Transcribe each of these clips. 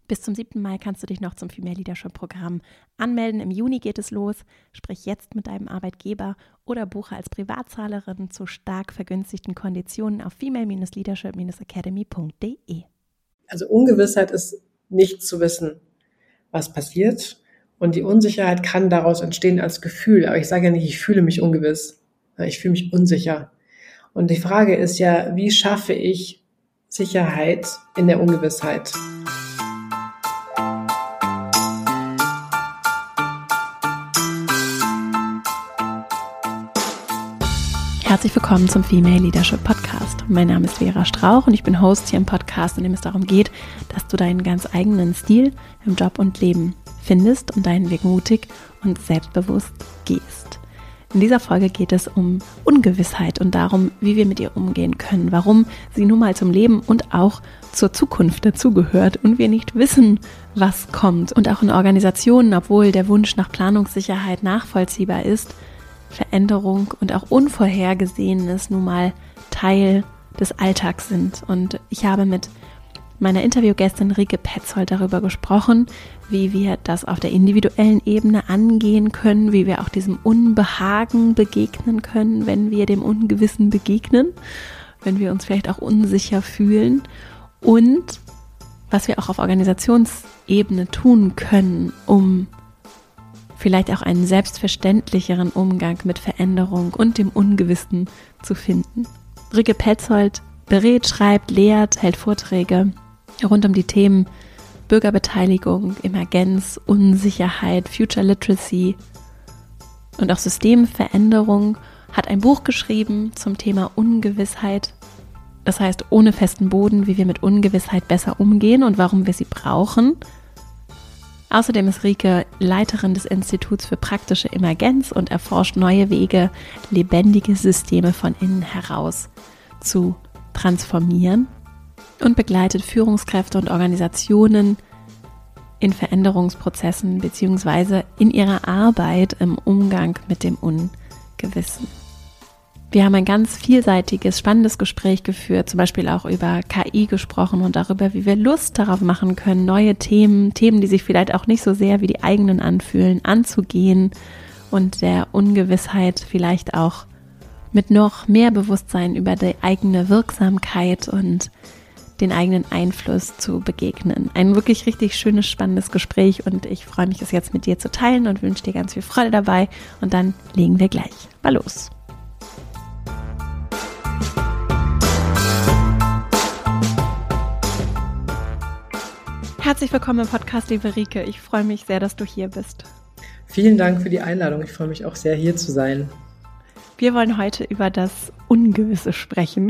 Bis zum 7. Mai kannst du dich noch zum Female Leadership Programm anmelden. Im Juni geht es los. Sprich jetzt mit deinem Arbeitgeber oder buche als Privatzahlerin zu stark vergünstigten Konditionen auf female-leadership-academy.de. Also Ungewissheit ist nicht zu wissen, was passiert. Und die Unsicherheit kann daraus entstehen als Gefühl. Aber ich sage ja nicht, ich fühle mich ungewiss. Ich fühle mich unsicher. Und die Frage ist ja, wie schaffe ich Sicherheit in der Ungewissheit? Herzlich willkommen zum Female Leadership Podcast. Mein Name ist Vera Strauch und ich bin Host hier im Podcast, in dem es darum geht, dass du deinen ganz eigenen Stil im Job und Leben findest und deinen Weg mutig und selbstbewusst gehst. In dieser Folge geht es um Ungewissheit und darum, wie wir mit ihr umgehen können, warum sie nun mal zum Leben und auch zur Zukunft dazugehört und wir nicht wissen, was kommt. Und auch in Organisationen, obwohl der Wunsch nach Planungssicherheit nachvollziehbar ist, Veränderung und auch Unvorhergesehenes nun mal Teil des Alltags sind. Und ich habe mit meiner Interviewgästin Rike Petzold darüber gesprochen, wie wir das auf der individuellen Ebene angehen können, wie wir auch diesem Unbehagen begegnen können, wenn wir dem Ungewissen begegnen, wenn wir uns vielleicht auch unsicher fühlen und was wir auch auf Organisationsebene tun können, um vielleicht auch einen selbstverständlicheren Umgang mit Veränderung und dem Ungewissen zu finden. Rike Petzold berät, schreibt, lehrt, hält Vorträge rund um die Themen Bürgerbeteiligung, Emergenz, Unsicherheit, Future Literacy und auch Systemveränderung, hat ein Buch geschrieben zum Thema Ungewissheit. Das heißt, ohne festen Boden, wie wir mit Ungewissheit besser umgehen und warum wir sie brauchen. Außerdem ist Rike Leiterin des Instituts für praktische Emergenz und erforscht neue Wege, lebendige Systeme von innen heraus zu transformieren und begleitet Führungskräfte und Organisationen in Veränderungsprozessen bzw. in ihrer Arbeit im Umgang mit dem Ungewissen. Wir haben ein ganz vielseitiges, spannendes Gespräch geführt, zum Beispiel auch über KI gesprochen und darüber, wie wir Lust darauf machen können, neue Themen, die sich vielleicht auch nicht so sehr wie die eigenen anfühlen, anzugehen und der Ungewissheit vielleicht auch mit noch mehr Bewusstsein über die eigene Wirksamkeit und den eigenen Einfluss zu begegnen. Ein wirklich richtig schönes, spannendes Gespräch und ich freue mich, es jetzt mit dir zu teilen und wünsche dir ganz viel Freude dabei und dann legen wir gleich mal los. Herzlich willkommen im Podcast, liebe Rike. Ich freue mich sehr, dass du hier bist. Vielen Dank für die Einladung. Ich freue mich auch sehr, hier zu sein. Wir wollen heute über das Ungewisse sprechen.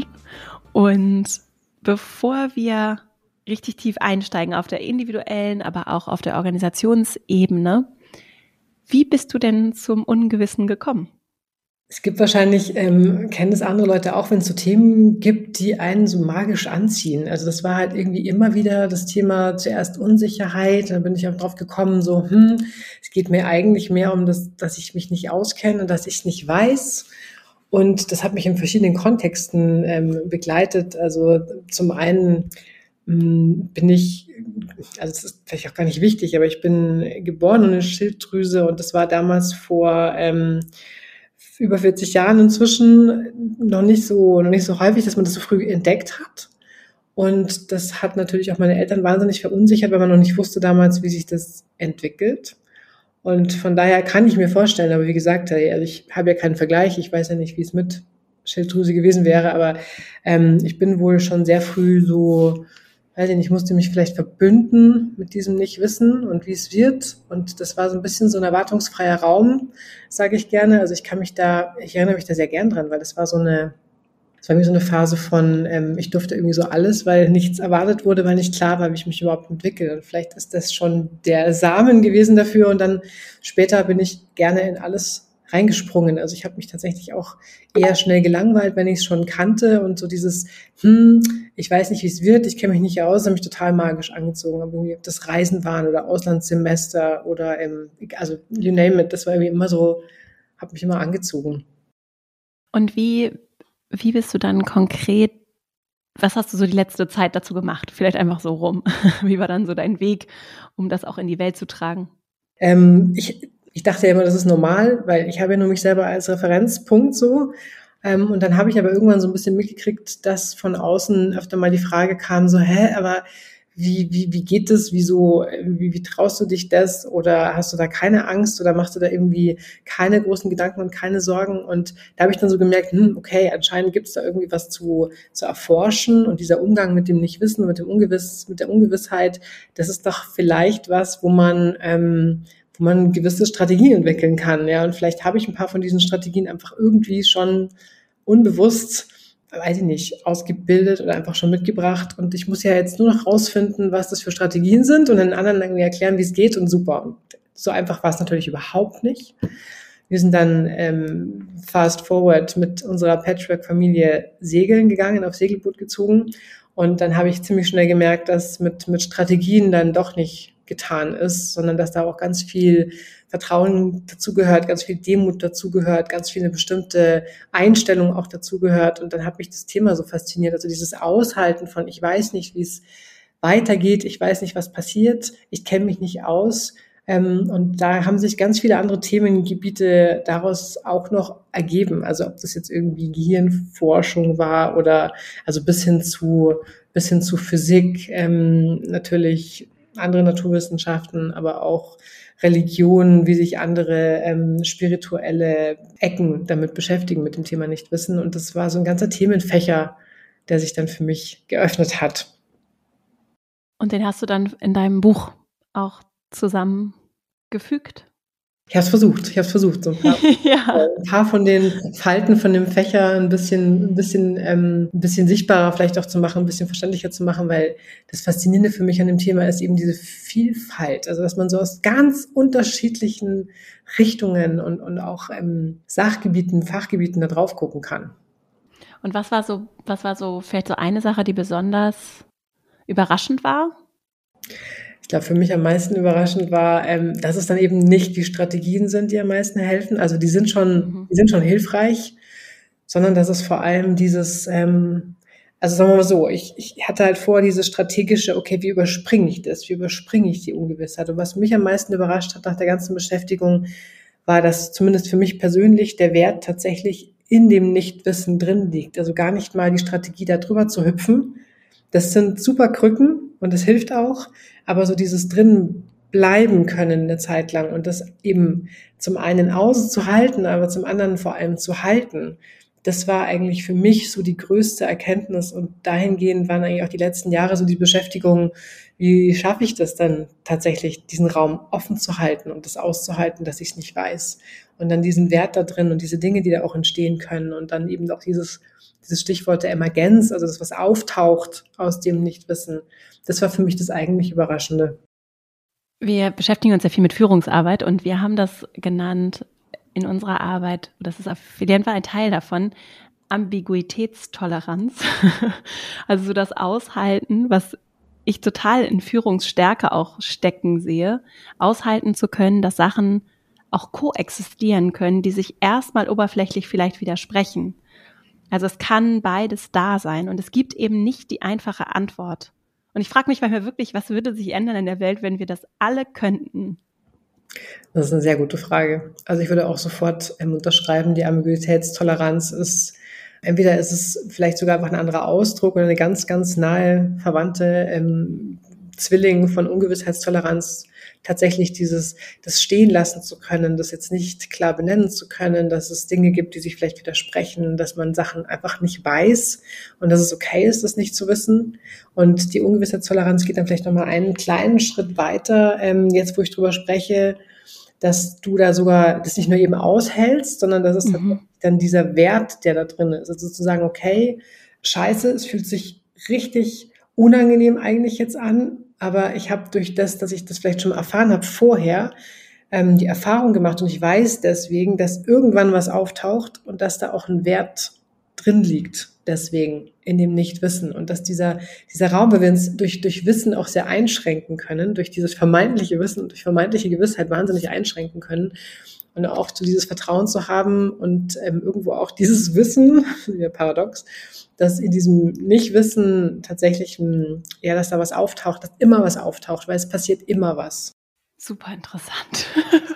Und bevor wir richtig tief einsteigen auf der individuellen, aber auch auf der Organisationsebene, wie bist du denn zum Ungewissen gekommen? Es gibt wahrscheinlich, kennen es andere Leute auch, wenn es so Themen gibt, die einen so magisch anziehen. Also das war halt irgendwie immer wieder das Thema zuerst Unsicherheit. Dann bin ich auch drauf gekommen, so, es geht mir eigentlich mehr um das, dass ich mich nicht auskenne und dass ich es nicht weiß. Und das hat mich in verschiedenen Kontexten begleitet. Also zum einen bin ich, also das ist vielleicht auch gar nicht wichtig, aber ich bin geboren ohne Schilddrüse und das war damals vor über 40 Jahren inzwischen noch nicht so häufig, dass man das so früh entdeckt hat. Und das hat natürlich auch meine Eltern wahnsinnig verunsichert, weil man noch nicht wusste damals, wie sich das entwickelt. Und von daher kann ich mir vorstellen, aber wie gesagt, also ich habe ja keinen Vergleich, ich weiß ja nicht, wie es mit Schilddrüse gewesen wäre, aber ich bin wohl schon sehr früh so, weiß ich nicht, musste mich vielleicht verbünden mit diesem Nichtwissen und wie es wird. Und das war so ein bisschen so ein erwartungsfreier Raum, sage ich gerne. Also ich erinnere mich da sehr gern dran, weil das war wie so eine Phase von, ich durfte irgendwie so alles, weil nichts erwartet wurde, weil nicht klar war, wie ich mich überhaupt entwickle. Und vielleicht ist das schon der Samen gewesen dafür. Und dann später bin ich gerne in alles reingesprungen. Also ich habe mich tatsächlich auch eher schnell gelangweilt, wenn ich es schon kannte und so dieses, ich weiß nicht, wie es wird, ich kenne mich nicht aus, habe mich total magisch angezogen. Aber irgendwie, ob das Reisen waren oder Auslandssemester oder also you name it, das war irgendwie immer so, habe mich immer angezogen. Und wie bist du dann konkret Was hast du so die letzte Zeit dazu gemacht? Vielleicht einfach so rum. Wie war dann so dein Weg, um das auch in die Welt zu tragen? Ich dachte ja immer, das ist normal, weil ich habe ja nur mich selber als Referenzpunkt so. Und dann habe ich aber irgendwann so ein bisschen mitgekriegt, dass von außen öfter mal die Frage kam, so, aber wie geht das? Wieso, wie traust du dich das? Oder hast du da keine Angst oder machst du da irgendwie keine großen Gedanken und keine Sorgen? Und da habe ich dann so gemerkt, okay, anscheinend gibt es da irgendwie was zu erforschen und dieser Umgang mit dem Nichtwissen, mit der Ungewissheit, das ist doch vielleicht was, wo man gewisse Strategien entwickeln kann, ja. Und vielleicht habe ich ein paar von diesen Strategien einfach irgendwie schon unbewusst, weiß ich nicht, ausgebildet oder einfach schon mitgebracht. Und ich muss ja jetzt nur noch rausfinden, was das für Strategien sind und den anderen irgendwie erklären, wie es geht und super. Und so einfach war es natürlich überhaupt nicht. Wir sind dann fast forward mit unserer Patchwork-Familie segeln gegangen, auf Segelboot gezogen. Und dann habe ich ziemlich schnell gemerkt, dass mit Strategien dann doch nicht getan ist, sondern dass da auch ganz viel Vertrauen dazugehört, ganz viel Demut dazugehört, ganz viel eine bestimmte Einstellung auch dazugehört. Und dann hat mich das Thema so fasziniert, also dieses Aushalten von, ich weiß nicht, wie es weitergeht, ich weiß nicht, was passiert, ich kenne mich nicht aus. Und da haben sich ganz viele andere Themengebiete daraus auch noch ergeben. Also ob das jetzt irgendwie Gehirnforschung war oder also bis hin zu Physik, natürlich andere Naturwissenschaften, aber auch Religion, wie sich andere spirituelle Ecken damit beschäftigen, mit dem Thema Nichtwissen. Und das war so ein ganzer Themenfächer, der sich dann für mich geöffnet hat. Und den hast du dann in deinem Buch auch zusammengefügt? Ich habe es versucht, so ein paar von den Falten von dem Fächer ein bisschen sichtbarer vielleicht auch zu machen, ein bisschen verständlicher zu machen, weil das Faszinierende für mich an dem Thema ist eben diese Vielfalt, also dass man so aus ganz unterschiedlichen Richtungen und auch Sachgebieten, Fachgebieten da drauf gucken kann. Und was war so vielleicht so eine Sache, die besonders überraschend war? Ich glaube, für mich am meisten überraschend war, dass es dann eben nicht die Strategien sind, die am meisten helfen. Also die sind schon hilfreich, sondern dass es vor allem dieses, also sagen wir mal so, ich hatte halt vor dieses strategische, okay, wie überspringe ich das? Wie überspringe ich die Ungewissheit? Und was mich am meisten überrascht hat nach der ganzen Beschäftigung, war, dass zumindest für mich persönlich der Wert tatsächlich in dem Nichtwissen drin liegt. Also gar nicht mal die Strategie, da drüber zu hüpfen. Das sind super Krücken und das hilft auch, aber so dieses drin bleiben können eine Zeit lang und das eben zum einen auszuhalten, aber zum anderen vor allem zu halten, das war eigentlich für mich so die größte Erkenntnis und dahingehend waren eigentlich auch die letzten Jahre so die Beschäftigung, wie schaffe ich das dann tatsächlich, diesen Raum offen zu halten und das auszuhalten, dass ich es nicht weiß und dann diesen Wert da drin und diese Dinge, die da auch entstehen können und dann eben auch dieses Stichwort der Emergenz, also das, was auftaucht aus dem Nichtwissen, das war für mich das eigentlich Überraschende. Wir beschäftigen uns ja viel mit Führungsarbeit und wir haben das genannt in unserer Arbeit, das ist auf jeden Fall ein Teil davon, Ambiguitätstoleranz. Also so das Aushalten, was ich total in Führungsstärke auch stecken sehe, aushalten zu können, dass Sachen auch koexistieren können, die sich erstmal oberflächlich vielleicht widersprechen. Also es kann beides da sein und es gibt eben nicht die einfache Antwort. Und ich frage mich manchmal wirklich, was würde sich ändern in der Welt, wenn wir das alle könnten? Das ist eine sehr gute Frage. Also ich würde auch sofort unterschreiben, die Ambiguitätstoleranz ist, entweder ist es vielleicht sogar einfach ein anderer Ausdruck oder eine ganz, ganz nahe verwandte Zwilling von Ungewissheitstoleranz, tatsächlich das stehen lassen zu können, das jetzt nicht klar benennen zu können, dass es Dinge gibt, die sich vielleicht widersprechen, dass man Sachen einfach nicht weiß und dass es okay ist, das nicht zu wissen. Und die Ungewissheitstoleranz geht dann vielleicht nochmal einen kleinen Schritt weiter, jetzt wo ich drüber spreche, dass du da sogar das nicht nur eben aushältst, sondern dass es dann dieser Wert, der da drin ist, also zu sagen, okay, scheiße, es fühlt sich richtig unangenehm eigentlich jetzt an, aber ich habe durch das, dass ich das vielleicht schon erfahren habe vorher, die Erfahrung gemacht und ich weiß deswegen, dass irgendwann was auftaucht und dass da auch ein Wert drin liegt, deswegen in dem Nichtwissen und dass dieser Raum, weil wir uns durch Wissen auch sehr einschränken können, durch dieses vermeintliche Wissen und durch vermeintliche Gewissheit wahnsinnig einschränken können Und auch so dieses Vertrauen zu haben und irgendwo auch dieses Wissen, ja paradox, dass in diesem Nichtwissen tatsächlich, dass da was auftaucht, dass immer was auftaucht, weil es passiert immer was. Super interessant.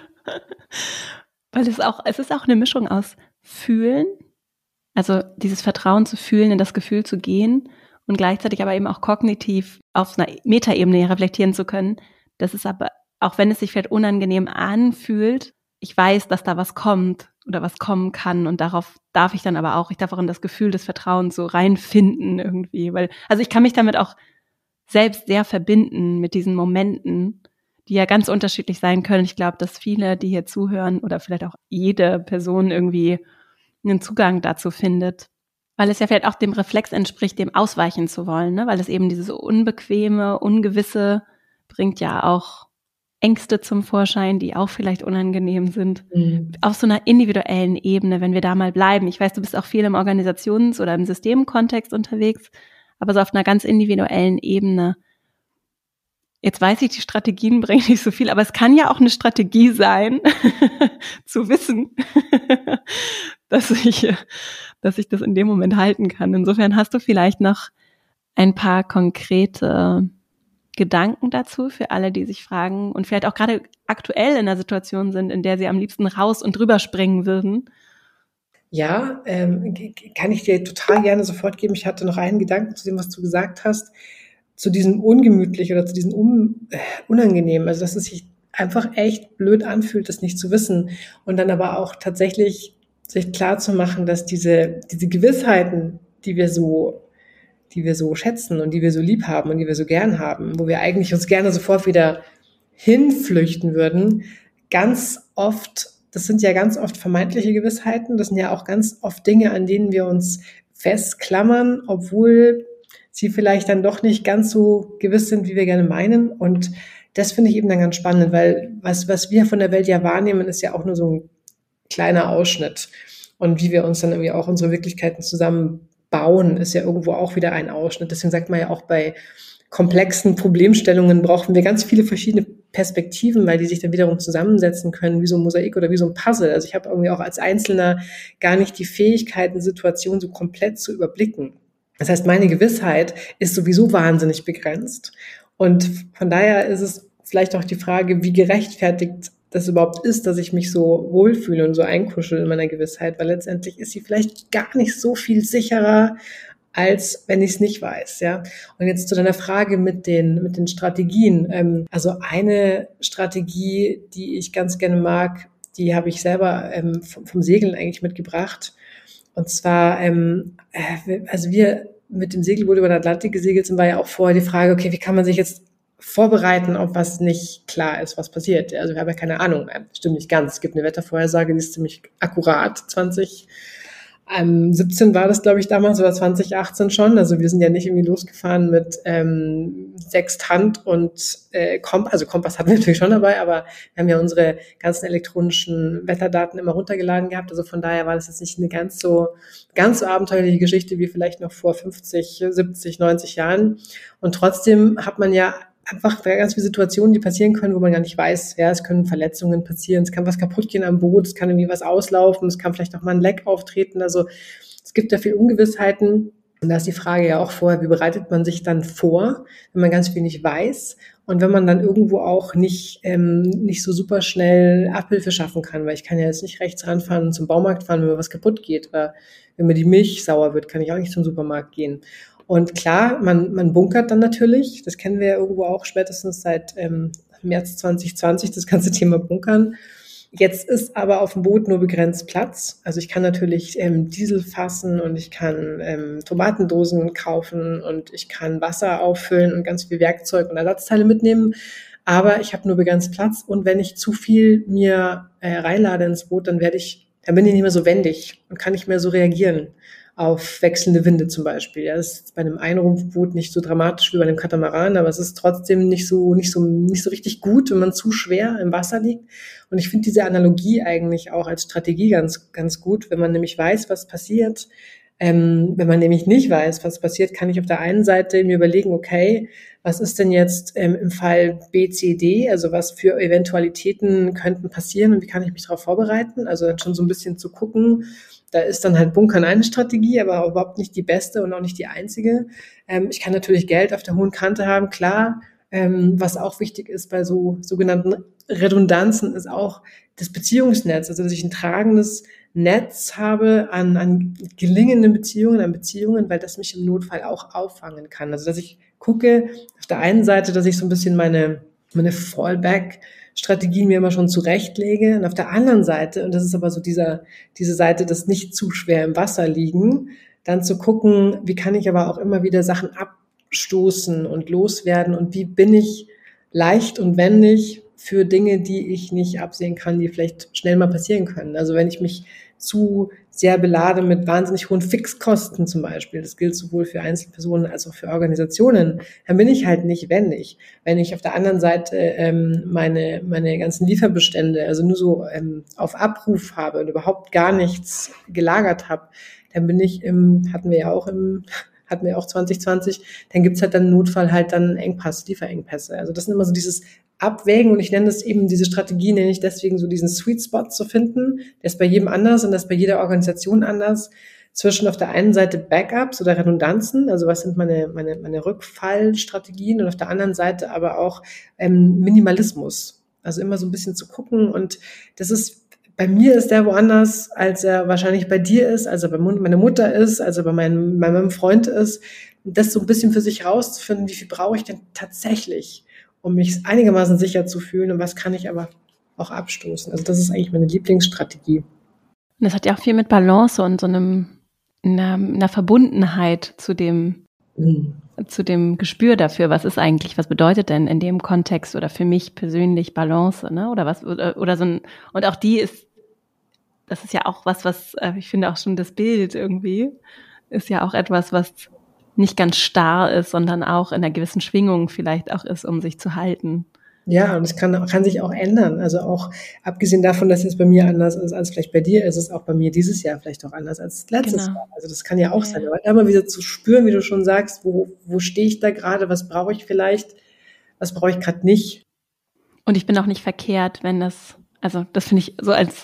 Weil es ist auch eine Mischung aus Fühlen, also dieses Vertrauen zu fühlen, in das Gefühl zu gehen und gleichzeitig aber eben auch kognitiv auf einer Metaebene reflektieren zu können. Das ist aber, auch wenn es sich vielleicht unangenehm anfühlt, ich weiß, dass da was kommt oder was kommen kann und darauf darf ich dann aber auch, ich darf auch in das Gefühl des Vertrauens so reinfinden irgendwie, weil, also ich kann mich damit auch selbst sehr verbinden mit diesen Momenten, die ja ganz unterschiedlich sein können. Ich glaube, dass viele, die hier zuhören oder vielleicht auch jede Person irgendwie einen Zugang dazu findet, weil es ja vielleicht auch dem Reflex entspricht, dem ausweichen zu wollen, ne? Weil es eben dieses Unbequeme, Ungewisse bringt ja auch Ängste zum Vorschein, die auch vielleicht unangenehm sind. Auf so einer individuellen Ebene, wenn wir da mal bleiben. Ich weiß, du bist auch viel im Organisations- oder im Systemkontext unterwegs, aber so auf einer ganz individuellen Ebene. Jetzt weiß ich, die Strategien bringen nicht so viel, aber es kann ja auch eine Strategie sein, zu wissen, dass ich das in dem Moment halten kann. Insofern hast du vielleicht noch ein paar konkrete Gedanken dazu für alle, die sich fragen und vielleicht auch gerade aktuell in einer Situation sind, in der sie am liebsten raus und drüber springen würden. Ja, kann ich dir total gerne sofort geben. Ich hatte noch einen Gedanken zu dem, was du gesagt hast, zu diesem ungemütlich oder zu diesem unangenehm. Also, dass es sich einfach echt blöd anfühlt, das nicht zu wissen. Und dann aber auch tatsächlich sich klar zu machen, dass diese Gewissheiten, die wir so schätzen und die wir so lieb haben und die wir so gern haben, wo wir eigentlich uns gerne sofort wieder hinflüchten würden, das sind ja ganz oft vermeintliche Gewissheiten, das sind ja auch ganz oft Dinge, an denen wir uns festklammern, obwohl sie vielleicht dann doch nicht ganz so gewiss sind, wie wir gerne meinen. Und das finde ich eben dann ganz spannend, weil was wir von der Welt ja wahrnehmen, ist ja auch nur so ein kleiner Ausschnitt. Und wie wir uns dann irgendwie auch unsere Wirklichkeiten zusammenbauen, ist ja irgendwo auch wieder ein Ausschnitt. Deswegen sagt man ja auch, bei komplexen Problemstellungen brauchen wir ganz viele verschiedene Perspektiven, weil die sich dann wiederum zusammensetzen können, wie so ein Mosaik oder wie so ein Puzzle. Also ich habe irgendwie auch als Einzelner gar nicht die Fähigkeit, eine Situation so komplett zu überblicken. Das heißt, meine Gewissheit ist sowieso wahnsinnig begrenzt. Und von daher ist es vielleicht auch die Frage, wie gerechtfertigt das überhaupt ist, dass ich mich so wohlfühle und so einkuschel in meiner Gewissheit, weil letztendlich ist sie vielleicht gar nicht so viel sicherer, als wenn ich es nicht weiß, ja. Und jetzt zu deiner Frage mit den Strategien. Also eine Strategie, die ich ganz gerne mag, die habe ich selber vom Segeln eigentlich mitgebracht. Und zwar, also wir mit dem Segelboot über den Atlantik gesegelt sind, war ja auch vorher die Frage, okay, wie kann man sich jetzt vorbereiten, auf was nicht klar ist, was passiert. Also wir haben ja keine Ahnung, stimmt nicht ganz. Es gibt eine Wettervorhersage, die ist ziemlich akkurat, 2017 war das, glaube ich, damals, oder 2018 schon. Also wir sind ja nicht irgendwie losgefahren mit Sextant und Kompass hatten wir natürlich schon dabei, aber wir haben ja unsere ganzen elektronischen Wetterdaten immer runtergeladen gehabt. Also von daher war das jetzt nicht eine ganz so abenteuerliche Geschichte wie vielleicht noch vor 50, 70, 90 Jahren. Und trotzdem hat man ja einfach ganz viele Situationen, die passieren können, wo man gar nicht weiß. Ja, es können Verletzungen passieren, es kann was kaputt gehen am Boot, es kann irgendwie was auslaufen, es kann vielleicht auch mal ein Leck auftreten. Also es gibt da viel Ungewissheiten. Und da ist die Frage ja auch vorher, wie bereitet man sich dann vor, wenn man ganz viel nicht weiß und wenn man dann irgendwo auch nicht so super schnell Abhilfe schaffen kann, weil ich kann ja jetzt nicht rechts ranfahren und zum Baumarkt fahren, wenn mir was kaputt geht. Oder wenn mir die Milch sauer wird, kann ich auch nicht zum Supermarkt gehen. Und klar, man bunkert dann natürlich. Das kennen wir ja irgendwo auch spätestens seit März 2020, das ganze Thema Bunkern. Jetzt ist aber auf dem Boot nur begrenzt Platz. Also ich kann natürlich Diesel fassen und ich kann Tomatendosen kaufen und ich kann Wasser auffüllen und ganz viel Werkzeug und Ersatzteile mitnehmen. Aber ich habe nur begrenzt Platz und wenn ich zu viel mir reinlade ins Boot, dann bin ich nicht mehr so wendig und kann nicht mehr so reagieren auf wechselnde Winde zum Beispiel. Ja, das ist bei einem Einrumpfboot nicht so dramatisch wie bei einem Katamaran, aber es ist trotzdem nicht so richtig gut, wenn man zu schwer im Wasser liegt. Und ich finde diese Analogie eigentlich auch als Strategie ganz, ganz gut, wenn man nämlich weiß, was passiert, Wenn man nämlich nicht weiß, was passiert, kann ich auf der einen Seite mir überlegen, okay, was ist denn jetzt im Fall B, C, D, also was für Eventualitäten könnten passieren und wie kann ich mich darauf vorbereiten? Also dann schon so ein bisschen zu gucken, da ist dann halt Bunkern eine Strategie, aber überhaupt nicht die beste und auch nicht die einzige. Ich kann natürlich Geld auf der hohen Kante haben, klar. Was auch wichtig ist bei so sogenannten Redundanzen, ist auch das Beziehungsnetz, also dass ich ein tragendes Netz habe an gelingenden Beziehungen, an Beziehungen, weil das mich im Notfall auch auffangen kann. Also dass ich gucke, auf der einen Seite, dass ich so ein bisschen meine Fallback-Strategien mir immer schon zurechtlege und auf der anderen Seite, und das ist aber so diese Seite, das nicht zu schwer im Wasser liegen, dann zu gucken, wie kann ich aber auch immer wieder Sachen abstoßen und loswerden und wie bin ich leicht und wendig für Dinge, die ich nicht absehen kann, die vielleicht schnell mal passieren können. Also wenn ich mich zu sehr belade mit wahnsinnig hohen Fixkosten zum Beispiel, das gilt sowohl für Einzelpersonen als auch für Organisationen, dann bin ich halt nicht wendig. Wenn ich auf der anderen Seite meine ganzen Lieferbestände, also nur so auf Abruf habe und überhaupt gar nichts gelagert habe, dann bin ich hatten wir auch 2020, dann gibt's halt dann im Notfall halt dann Lieferengpässe. Also das sind immer so dieses Abwägen und ich nenne das eben, diese Strategie nenne ich deswegen so diesen Sweet Spot zu finden. Der ist bei jedem anders und das ist bei jeder Organisation anders. Zwischen auf der einen Seite Backups oder Redundanzen, also was sind meine Rückfallstrategien und auf der anderen Seite aber auch Minimalismus. Also immer so ein bisschen zu gucken und das ist, bei mir ist der woanders, als er wahrscheinlich bei dir ist, als er bei meiner Mutter ist, als er bei meinem Freund ist. Das so ein bisschen für sich rauszufinden, wie viel brauche ich denn tatsächlich, um mich einigermaßen sicher zu fühlen und was kann ich aber auch abstoßen. Also das ist eigentlich meine Lieblingsstrategie. Und das hat ja auch viel mit Balance und so einer Verbundenheit zu dem Gespür dafür, was bedeutet denn in dem Kontext oder für mich persönlich Balance, ne? Oder was, oder so ein, und auch das ist ja auch was ich finde auch schon das Bild irgendwie, ist ja auch etwas, was nicht ganz starr ist, sondern auch in einer gewissen Schwingung vielleicht auch ist, um sich zu halten. Ja, und es kann sich auch ändern. Also auch abgesehen davon, dass es bei mir anders ist als vielleicht bei dir, ist es auch bei mir dieses Jahr vielleicht auch anders als letztes Jahr. Also das kann ja auch sein. Aber immer wieder zu spüren, wie du schon sagst, wo stehe ich da gerade, was brauche ich vielleicht, was brauche ich gerade nicht. Und ich bin auch nicht verkehrt, wenn das finde ich so als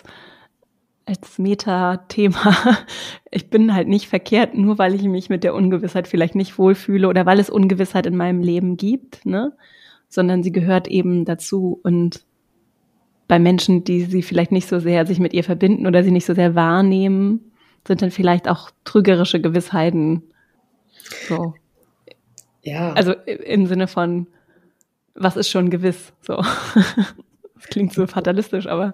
Meta-Thema, ich bin halt nicht verkehrt, nur weil ich mich mit der Ungewissheit vielleicht nicht wohlfühle oder weil es Ungewissheit in meinem Leben gibt, ne? Sondern sie gehört eben dazu und bei Menschen, die sie vielleicht nicht so sehr sich mit ihr verbinden oder sie nicht so sehr wahrnehmen, sind dann vielleicht auch trügerische Gewissheiten so. Ja. Also im Sinne von, was ist schon gewiss, so. Das klingt so fatalistisch, aber.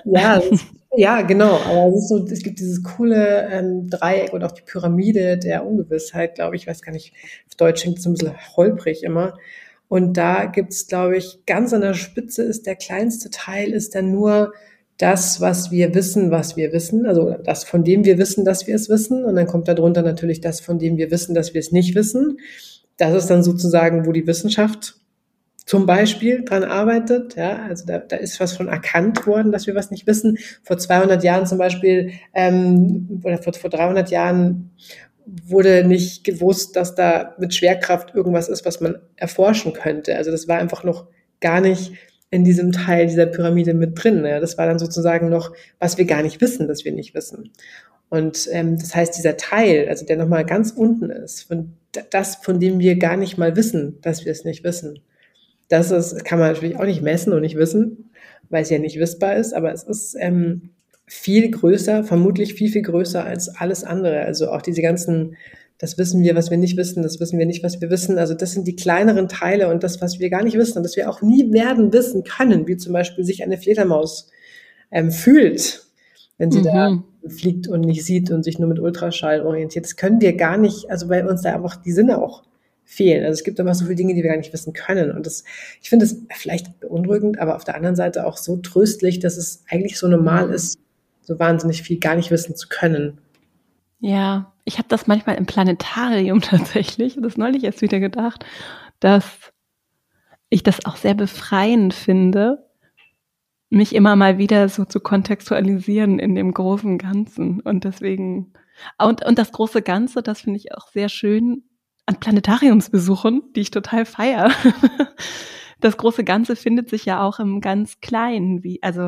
Ja, genau. Aber es gibt dieses coole Dreieck und auch die Pyramide der Ungewissheit, glaube ich. Ich weiß gar nicht, auf Deutsch klingt es ein bisschen holprig immer. Und da gibt's, glaube ich, ganz an der Spitze ist der kleinste Teil, ist dann nur das, was wir wissen. Also das, von dem wir wissen, dass wir es wissen. Und dann kommt darunter natürlich das, von dem wir wissen, dass wir es nicht wissen. Das ist dann sozusagen, wo die Wissenschaft zum Beispiel dran arbeitet, ja, also da ist was schon erkannt worden, dass wir was nicht wissen. Vor 200 Jahren zum Beispiel, oder vor 300 Jahren wurde nicht gewusst, dass da mit Schwerkraft irgendwas ist, was man erforschen könnte. Also das war einfach noch gar nicht in diesem Teil dieser Pyramide mit drin. Ja. Das war dann sozusagen noch, was wir gar nicht wissen, dass wir nicht wissen. Und das heißt, dieser Teil, also der nochmal ganz unten ist, von dem wir gar nicht mal wissen, dass wir es nicht wissen, das kann man natürlich auch nicht messen und nicht wissen, weil es ja nicht wissbar ist, aber es ist viel größer, vermutlich viel, viel größer als alles andere. Also auch diese ganzen, das wissen wir, was wir nicht wissen, das wissen wir nicht, was wir wissen. Also das sind die kleineren Teile und das, was wir gar nicht wissen und das wir auch nie werden wissen können, wie zum Beispiel sich eine Fledermaus fühlt, wenn sie da fliegt und nicht sieht und sich nur mit Ultraschall orientiert. Das können wir gar nicht, also bei uns da einfach die Sinne auch fehlen. Also es gibt immer so viele Dinge, die wir gar nicht wissen können. Und ich finde es vielleicht beunruhigend, aber auf der anderen Seite auch so tröstlich, dass es eigentlich so normal ist, so wahnsinnig viel gar nicht wissen zu können. Ja, ich habe das manchmal im Planetarium tatsächlich, das neulich erst wieder gedacht, dass ich das auch sehr befreiend finde, mich immer mal wieder so zu kontextualisieren in dem großen Ganzen. Und deswegen Und das große Ganze, das finde ich auch sehr schön an Planetariumsbesuchen, die ich total feiere. Das große Ganze findet sich ja auch im ganz Kleinen,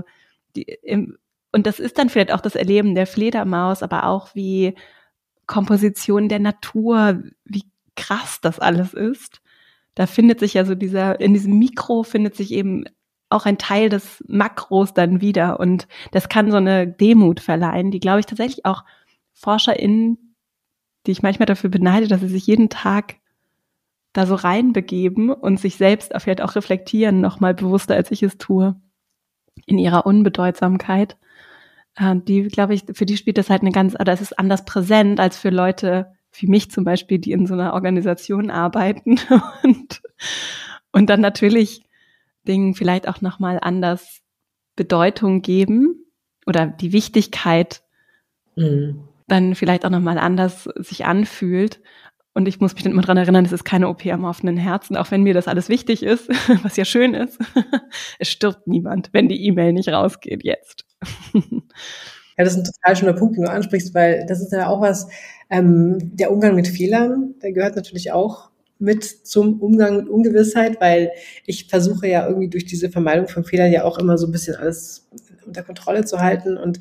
und das ist dann vielleicht auch das Erleben der Fledermaus, aber auch wie Komposition der Natur, wie krass das alles ist. Da findet sich ja so in diesem Mikro findet sich eben auch ein Teil des Makros dann wieder. Und das kann so eine Demut verleihen, die, glaube ich, tatsächlich auch ForscherInnen, die ich manchmal dafür beneide, dass sie sich jeden Tag da so reinbegeben und sich selbst vielleicht auch reflektieren, noch mal bewusster, als ich es tue, in ihrer Unbedeutsamkeit. Die, glaube ich, für die spielt das halt es ist anders präsent als für Leute wie mich zum Beispiel, die in so einer Organisation arbeiten und dann natürlich Dingen vielleicht auch noch mal anders Bedeutung geben oder die Wichtigkeit dann vielleicht auch noch mal anders sich anfühlt. Und ich muss mich dann immer dran erinnern, es ist keine OP am offenen Herzen, auch wenn mir das alles wichtig ist, was ja schön ist. Es stirbt niemand, wenn die E-Mail nicht rausgeht jetzt. Ja, das ist ein total schöner Punkt, den du ansprichst, weil das ist ja auch was, der Umgang mit Fehlern, der gehört natürlich auch mit zum Umgang mit Ungewissheit, weil ich versuche ja irgendwie durch diese Vermeidung von Fehlern ja auch immer so ein bisschen alles unter Kontrolle zu halten und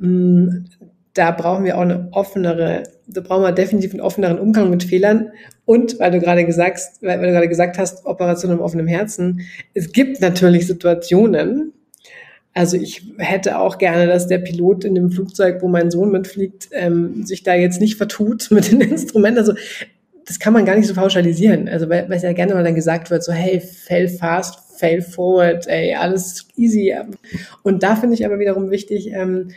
da brauchen wir definitiv einen offeneren Umgang mit Fehlern. Und weil du gerade gesagt hast, Operation im offenen Herzen, es gibt natürlich Situationen, also ich hätte auch gerne, dass der Pilot in dem Flugzeug, wo mein Sohn mitfliegt, sich da jetzt nicht vertut mit den Instrumenten. Also das kann man gar nicht so pauschalisieren. Also weil es ja gerne mal dann gesagt wird, so hey, fail fast, fail forward, ey, alles easy. Und da finde ich aber wiederum wichtig,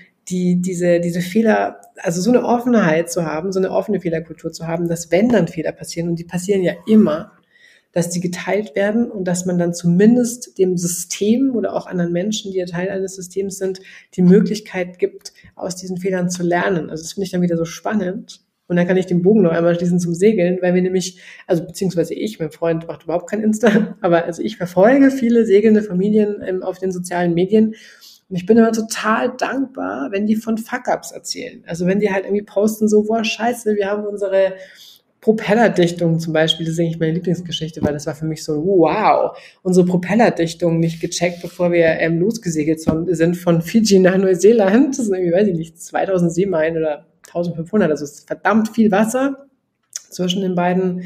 diese Fehler, also so eine Offenheit zu haben, so eine offene Fehlerkultur zu haben, dass wenn dann Fehler passieren, und die passieren ja immer, dass die geteilt werden und dass man dann zumindest dem System oder auch anderen Menschen, die ja Teil eines Systems sind, die Möglichkeit gibt, aus diesen Fehlern zu lernen. Also das finde ich dann wieder so spannend. Und dann kann ich den Bogen noch einmal schließen zum Segeln, weil wir nämlich, also beziehungsweise mein Freund macht überhaupt kein Insta, aber also ich verfolge viele segelnde Familien auf den sozialen Medien. Und ich bin immer total dankbar, wenn die von Fuck-Ups erzählen. Also wenn die halt irgendwie posten so, boah, scheiße, wir haben unsere Propellerdichtung zum Beispiel, das ist eigentlich meine Lieblingsgeschichte, weil das war für mich so, wow, unsere Propellerdichtung nicht gecheckt, bevor wir losgesegelt sind von Fidschi nach Neuseeland. Das sind irgendwie, weiß ich nicht, 2000 Seemeilen oder 1500, also es ist verdammt viel Wasser zwischen den beiden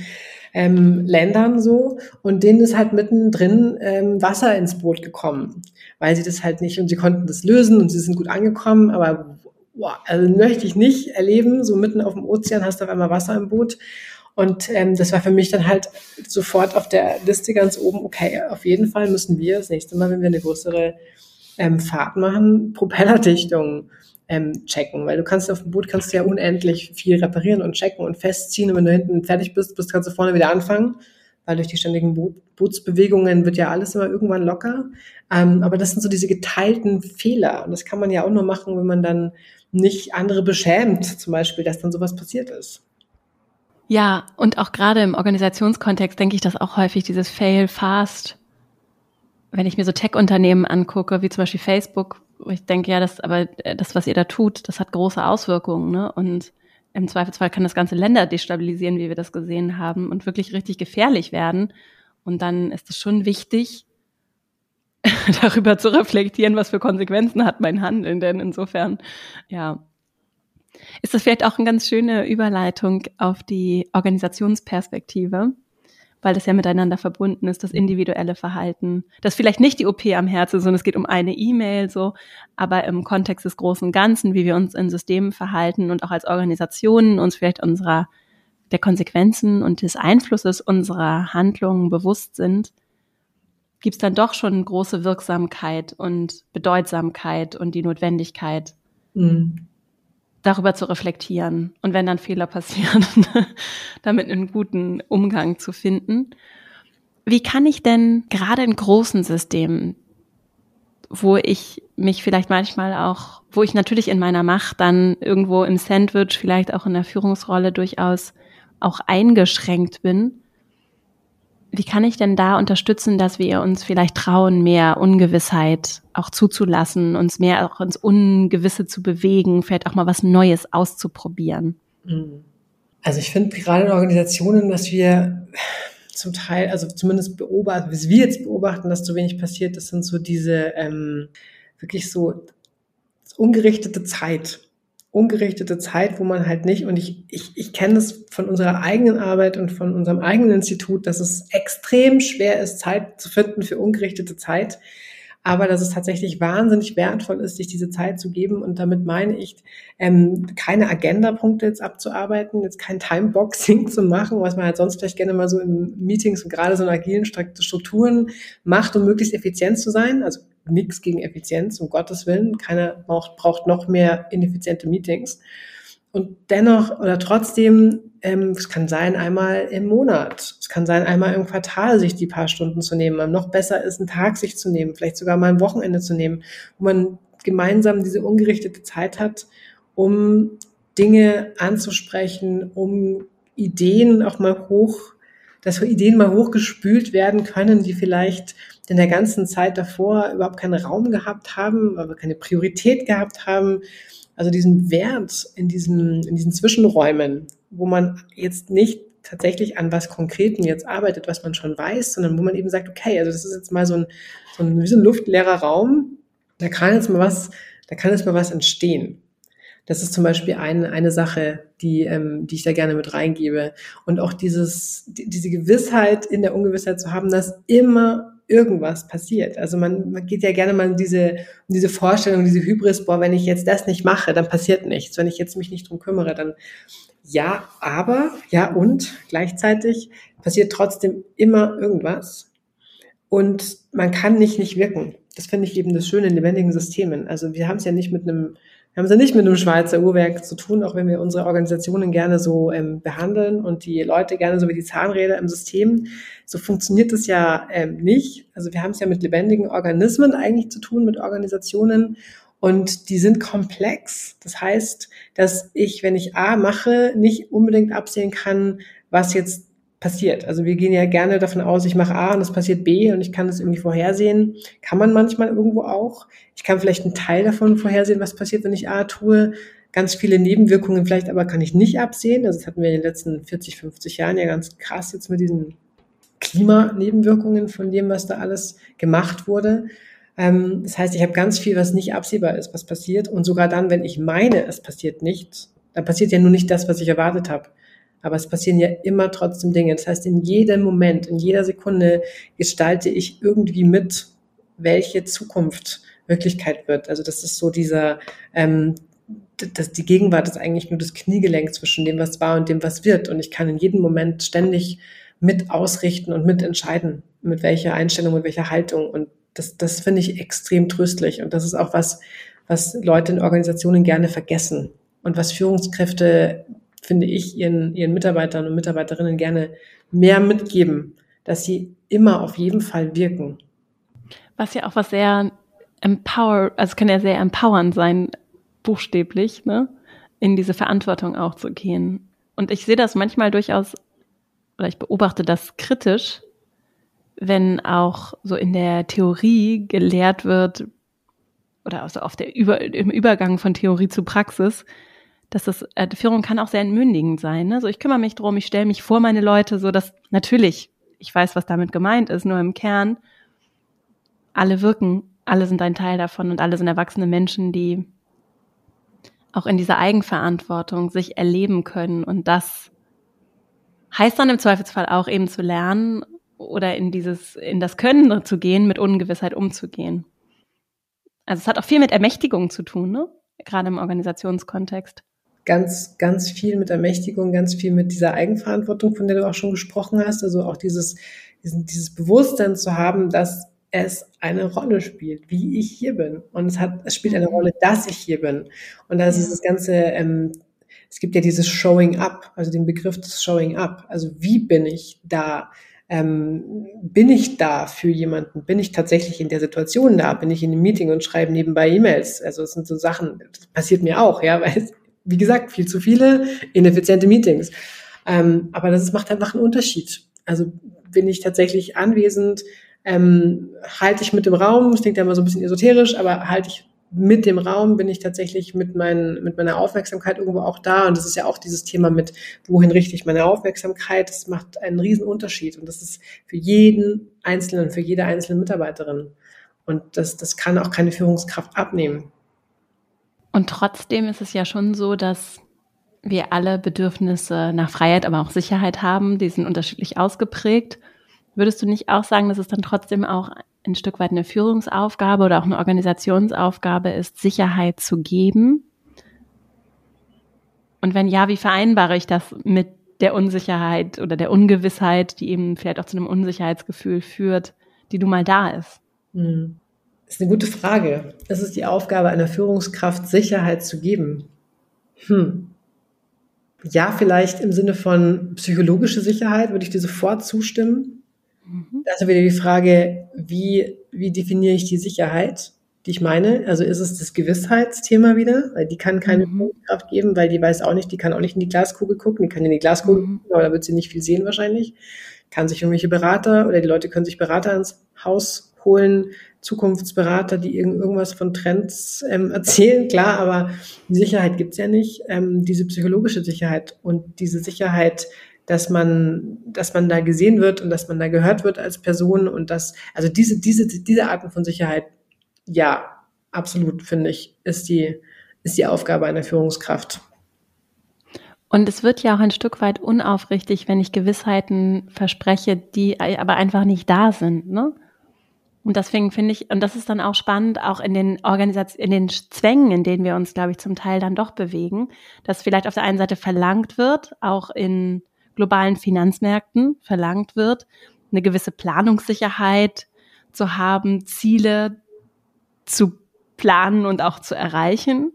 Ländern so, und denen ist halt mittendrin Wasser ins Boot gekommen, weil sie das halt nicht, und sie konnten das lösen und sie sind gut angekommen, aber also möchte ich nicht erleben, so mitten auf dem Ozean hast du auf einmal Wasser im Boot. Und das war für mich dann halt sofort auf der Liste ganz oben, okay, auf jeden Fall müssen wir das nächste Mal, wenn wir eine größere Fahrt machen, Propellerdichtung checken, weil du kannst auf dem Boot ja unendlich viel reparieren und checken und festziehen, und wenn du hinten fertig bist, kannst du vorne wieder anfangen, weil durch die ständigen Bootsbewegungen wird ja alles immer irgendwann locker. Aber das sind so diese geteilten Fehler, und das kann man ja auch nur machen, wenn man dann nicht andere beschämt, zum Beispiel, dass dann sowas passiert ist. Ja, und auch gerade im Organisationskontext denke ich, dass auch häufig dieses Fail fast, wenn ich mir so Tech-Unternehmen angucke, wie zum Beispiel Facebook, wo ich denke, ja, das, was ihr da tut, das hat große Auswirkungen, ne? Und im Zweifelsfall kann das ganze Länder destabilisieren, wie wir das gesehen haben, und wirklich richtig gefährlich werden. Und dann ist es schon wichtig, darüber zu reflektieren, was für Konsequenzen hat mein Handeln. Denn insofern, ja, ist das vielleicht auch eine ganz schöne Überleitung auf die Organisationsperspektive, weil das ja miteinander verbunden ist, das individuelle Verhalten. Das ist vielleicht nicht die OP am Herzen, sondern es geht um eine E-Mail, so, aber im Kontext des großen Ganzen, wie wir uns in Systemen verhalten und auch als Organisationen uns vielleicht der Konsequenzen und des Einflusses unserer Handlungen bewusst sind, gibt es dann doch schon große Wirksamkeit und Bedeutsamkeit und die Notwendigkeit, darüber zu reflektieren und wenn dann Fehler passieren, damit einen guten Umgang zu finden. Wie kann ich denn gerade in großen Systemen, wo ich mich vielleicht manchmal auch, wo ich natürlich in meiner Macht dann irgendwo im Sandwich, vielleicht auch in der Führungsrolle durchaus auch eingeschränkt bin, Wie kann ich denn da unterstützen, dass wir uns vielleicht trauen, mehr Ungewissheit auch zuzulassen, uns mehr auch ins Ungewisse zu bewegen, vielleicht auch mal was Neues auszuprobieren? Also ich finde gerade in Organisationen, dass wir zum Teil, also zumindest beobachten, wie wir jetzt beobachten, dass zu wenig passiert, das sind so diese wirklich so ungerichtete Zeit. Ungerichtete Zeit, wo man halt nicht, und ich kenne das von unserer eigenen Arbeit und von unserem eigenen Institut, dass es extrem schwer ist, Zeit zu finden für ungerichtete Zeit, aber dass es tatsächlich wahnsinnig wertvoll ist, sich diese Zeit zu geben. Und damit meine ich, keine Agenda-Punkte jetzt abzuarbeiten, jetzt kein Timeboxing zu machen, was man halt sonst vielleicht gerne mal so in Meetings und gerade so in agilen Strukturen macht, um möglichst effizient zu sein. Also nichts gegen Effizienz, um Gottes Willen. Keiner braucht noch mehr ineffiziente Meetings. Und dennoch oder trotzdem, es kann sein, einmal im Monat, es kann sein, einmal im Quartal sich die paar Stunden zu nehmen. Noch besser ist, einen Tag sich zu nehmen, vielleicht sogar mal ein Wochenende zu nehmen, wo man gemeinsam diese ungerichtete Zeit hat, um Dinge anzusprechen, um Ideen auch mal dass Ideen mal hochgespült werden können, die vielleicht in der ganzen Zeit davor überhaupt keinen Raum gehabt haben, aber keine Priorität gehabt haben. Also diesen Wert in diesen Zwischenräumen, wo man jetzt nicht tatsächlich an was Konkretem jetzt arbeitet, was man schon weiß, sondern wo man eben sagt, okay, also das ist jetzt mal wie so ein luftleerer Raum, da kann jetzt mal was entstehen. Das ist zum Beispiel eine Sache, die ich da gerne mit reingebe. Und auch diese Gewissheit in der Ungewissheit zu haben, dass immer irgendwas passiert. Also man geht ja gerne mal in diese Vorstellung, diese Hybris, wenn ich jetzt das nicht mache, dann passiert nichts. Wenn ich jetzt mich nicht drum kümmere, dann und gleichzeitig passiert trotzdem immer irgendwas. Und man kann nicht wirken. Das finde ich eben das Schöne in lebendigen Systemen. Also wir haben es ja nicht mit einem Schweizer Uhrwerk zu tun, auch wenn wir unsere Organisationen gerne so behandeln und die Leute gerne so wie die Zahnräder im System. So funktioniert es ja nicht. Also wir haben es ja mit lebendigen Organismen eigentlich zu tun, mit Organisationen, und die sind komplex. Das heißt, dass ich, wenn ich A mache, nicht unbedingt absehen kann, was jetzt passiert. Also wir gehen ja gerne davon aus, ich mache A und es passiert B und ich kann das irgendwie vorhersehen. Kann man manchmal irgendwo auch. Ich kann vielleicht einen Teil davon vorhersehen, was passiert, wenn ich A tue. Ganz viele Nebenwirkungen vielleicht aber kann ich nicht absehen. Also das hatten wir in den letzten 40, 50 Jahren ja ganz krass jetzt mit diesen Klimanebenwirkungen von dem, was da alles gemacht wurde. Das heißt, ich habe ganz viel, was nicht absehbar ist, was passiert. Und sogar dann, wenn ich meine, es passiert nichts, dann passiert ja nur nicht das, was ich erwartet habe. Aber es passieren ja immer trotzdem Dinge. Das heißt, in jedem Moment, in jeder Sekunde gestalte ich irgendwie mit, welche Zukunft Wirklichkeit wird. Also das ist so die Gegenwart ist eigentlich nur das Kniegelenk zwischen dem, was war und dem, was wird. Und ich kann in jedem Moment ständig mit ausrichten und mitentscheiden, mit welcher Einstellung, mit welcher Haltung. Und das finde ich extrem tröstlich. Und das ist auch was Leute in Organisationen gerne vergessen. Und was Führungskräfte, finde ich, ihren Mitarbeitern und Mitarbeiterinnen gerne mehr mitgeben, dass sie immer auf jeden Fall wirken. Was ja auch was sehr kann ja sehr empowernd sein, buchstäblich, ne, in diese Verantwortung auch zu gehen. Und ich sehe das manchmal durchaus, oder ich beobachte das kritisch, wenn auch so in der Theorie gelehrt wird, oder also im Übergang von Theorie zu Praxis, dass die Führung kann auch sehr entmündigend sein. Ne? So, ich kümmere mich drum, ich stelle mich vor meine Leute, so dass natürlich, ich weiß, was damit gemeint ist, nur im Kern, alle wirken, alle sind ein Teil davon und alle sind erwachsene Menschen, die auch in dieser Eigenverantwortung sich erleben können. Und das heißt dann im Zweifelsfall auch eben zu lernen oder in das Können zu gehen, mit Ungewissheit umzugehen. Also es hat auch viel mit Ermächtigung zu tun, ne? Gerade im Organisationskontext. Ganz, ganz viel mit Ermächtigung, ganz viel mit dieser Eigenverantwortung, von der du auch schon gesprochen hast. Also auch dieses Bewusstsein zu haben, dass es eine Rolle spielt, wie ich hier bin. Und es spielt eine Rolle, dass ich hier bin. Und da ist das Ganze, es gibt ja dieses Showing Up, also den Begriff des Showing Up. Also wie bin ich da? Bin ich da für jemanden? Bin ich tatsächlich in der Situation da? Bin ich in einem Meeting und schreibe nebenbei E-Mails? Also es sind so Sachen, das passiert mir auch, ja, weil es, wie gesagt, viel zu viele ineffiziente Meetings. Aber das macht einfach einen Unterschied. Also bin ich tatsächlich anwesend, halte ich mit dem Raum, das klingt ja immer so ein bisschen esoterisch, aber halte ich mit dem Raum, bin ich tatsächlich mit meiner Aufmerksamkeit irgendwo auch da. Und das ist ja auch dieses Thema mit, wohin richte ich meine Aufmerksamkeit? Das macht einen riesen Unterschied. Und das ist für jeden Einzelnen, für jede einzelne Mitarbeiterin. Und das kann auch keine Führungskraft abnehmen. Und trotzdem ist es ja schon so, dass wir alle Bedürfnisse nach Freiheit, aber auch Sicherheit haben. Die sind unterschiedlich ausgeprägt. Würdest du nicht auch sagen, dass es dann trotzdem auch ein Stück weit eine Führungsaufgabe oder auch eine Organisationsaufgabe ist, Sicherheit zu geben? Und wenn ja, wie vereinbare ich das mit der Unsicherheit oder der Ungewissheit, die eben vielleicht auch zu einem Unsicherheitsgefühl führt, die nun mal da ist? Das ist eine gute Frage. Es ist die Aufgabe einer Führungskraft, Sicherheit zu geben. Ja, vielleicht im Sinne von psychologische Sicherheit würde ich dir sofort zustimmen. Da ist ja wieder die Frage, wie definiere ich die Sicherheit, die ich meine? Also ist es das Gewissheitsthema wieder? Weil die kann keine Führungskraft geben, weil die weiß auch nicht, die kann auch nicht in die Glaskugel gucken, die kann in die Glaskugel gucken, aber da wird sie nicht viel sehen wahrscheinlich. Kann sich irgendwelche Berater oder die Leute können sich Berater ins Haus holen, Zukunftsberater, die irgendwas von Trends erzählen, klar, aber die Sicherheit gibt's ja nicht. Diese psychologische Sicherheit und diese Sicherheit, dass man da gesehen wird und dass man da gehört wird als Person und also diese Arten von Sicherheit, ja, absolut, finde ich, ist die Aufgabe einer Führungskraft. Und es wird ja auch ein Stück weit unaufrichtig, wenn ich Gewissheiten verspreche, die aber einfach nicht da sind, ne? Und deswegen finde ich, und das ist dann auch spannend, auch in den in den Zwängen, in denen wir uns, glaube ich, zum Teil dann doch bewegen, dass vielleicht auf der einen Seite verlangt wird, auch in globalen Finanzmärkten verlangt wird, eine gewisse Planungssicherheit zu haben, Ziele zu planen und auch zu erreichen.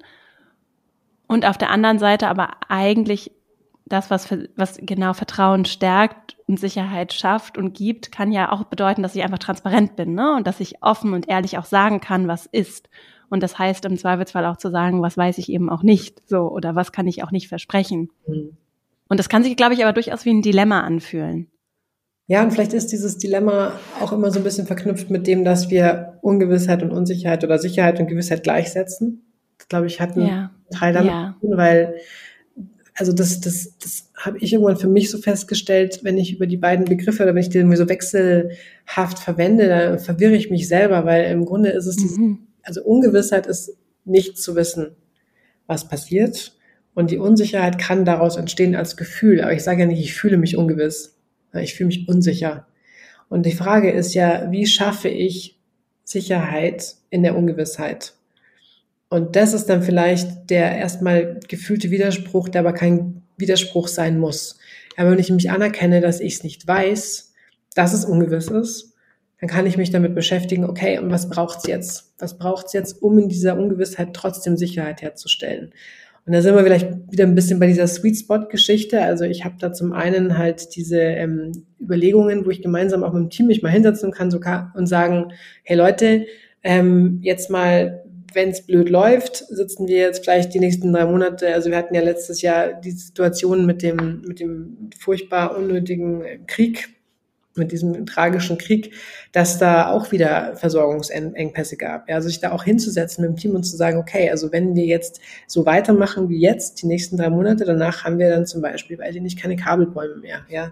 Und auf der anderen Seite aber eigentlich das, was genau Vertrauen stärkt und Sicherheit schafft und gibt, kann ja auch bedeuten, dass ich einfach transparent bin, ne? Und dass ich offen und ehrlich auch sagen kann, was ist. Und das heißt im Zweifelsfall auch zu sagen, was weiß ich eben auch nicht, so, oder was kann ich auch nicht versprechen. Und das kann sich, glaube ich, aber durchaus wie ein Dilemma anfühlen. Ja, und vielleicht ist dieses Dilemma auch immer so ein bisschen verknüpft mit dem, dass wir Ungewissheit und Unsicherheit oder Sicherheit und Gewissheit gleichsetzen. Das, glaube ich, hat einen Teil damit zu tun, weil also das habe ich irgendwann für mich so festgestellt, wenn ich über die beiden Begriffe oder wenn ich die irgendwie so wechselhaft verwende, dann verwirre ich mich selber, weil im Grunde ist es also Ungewissheit ist nicht zu wissen, was passiert. Und die Unsicherheit kann daraus entstehen als Gefühl. Aber ich sage ja nicht, ich fühle mich ungewiss. Ich fühle mich unsicher. Und die Frage ist ja, wie schaffe ich Sicherheit in der Ungewissheit? Und das ist dann vielleicht der erstmal gefühlte Widerspruch, der aber kein Widerspruch sein muss. Aber wenn ich mich anerkenne, dass ich es nicht weiß, dass es ungewiss ist, dann kann ich mich damit beschäftigen, okay, und was braucht's jetzt? Was braucht's jetzt, um in dieser Ungewissheit trotzdem Sicherheit herzustellen? Und da sind wir vielleicht wieder ein bisschen bei dieser Sweet-Spot-Geschichte. Also ich habe da zum einen halt diese Überlegungen, wo ich gemeinsam auch mit dem Team mich mal hinsetzen kann und sagen, hey Leute, jetzt mal, wenn es blöd läuft, sitzen wir jetzt vielleicht die nächsten 3 Monate, also wir hatten ja letztes Jahr die Situation mit dem furchtbar unnötigen Krieg, mit diesem tragischen Krieg, dass da auch wieder Versorgungsengpässe gab. Ja, also sich da auch hinzusetzen mit dem Team und zu sagen, okay, also wenn wir jetzt so weitermachen wie jetzt, die nächsten 3 Monate, danach haben wir dann zum Beispiel, weiß ich nicht, keine Kabelbäume mehr. Ja,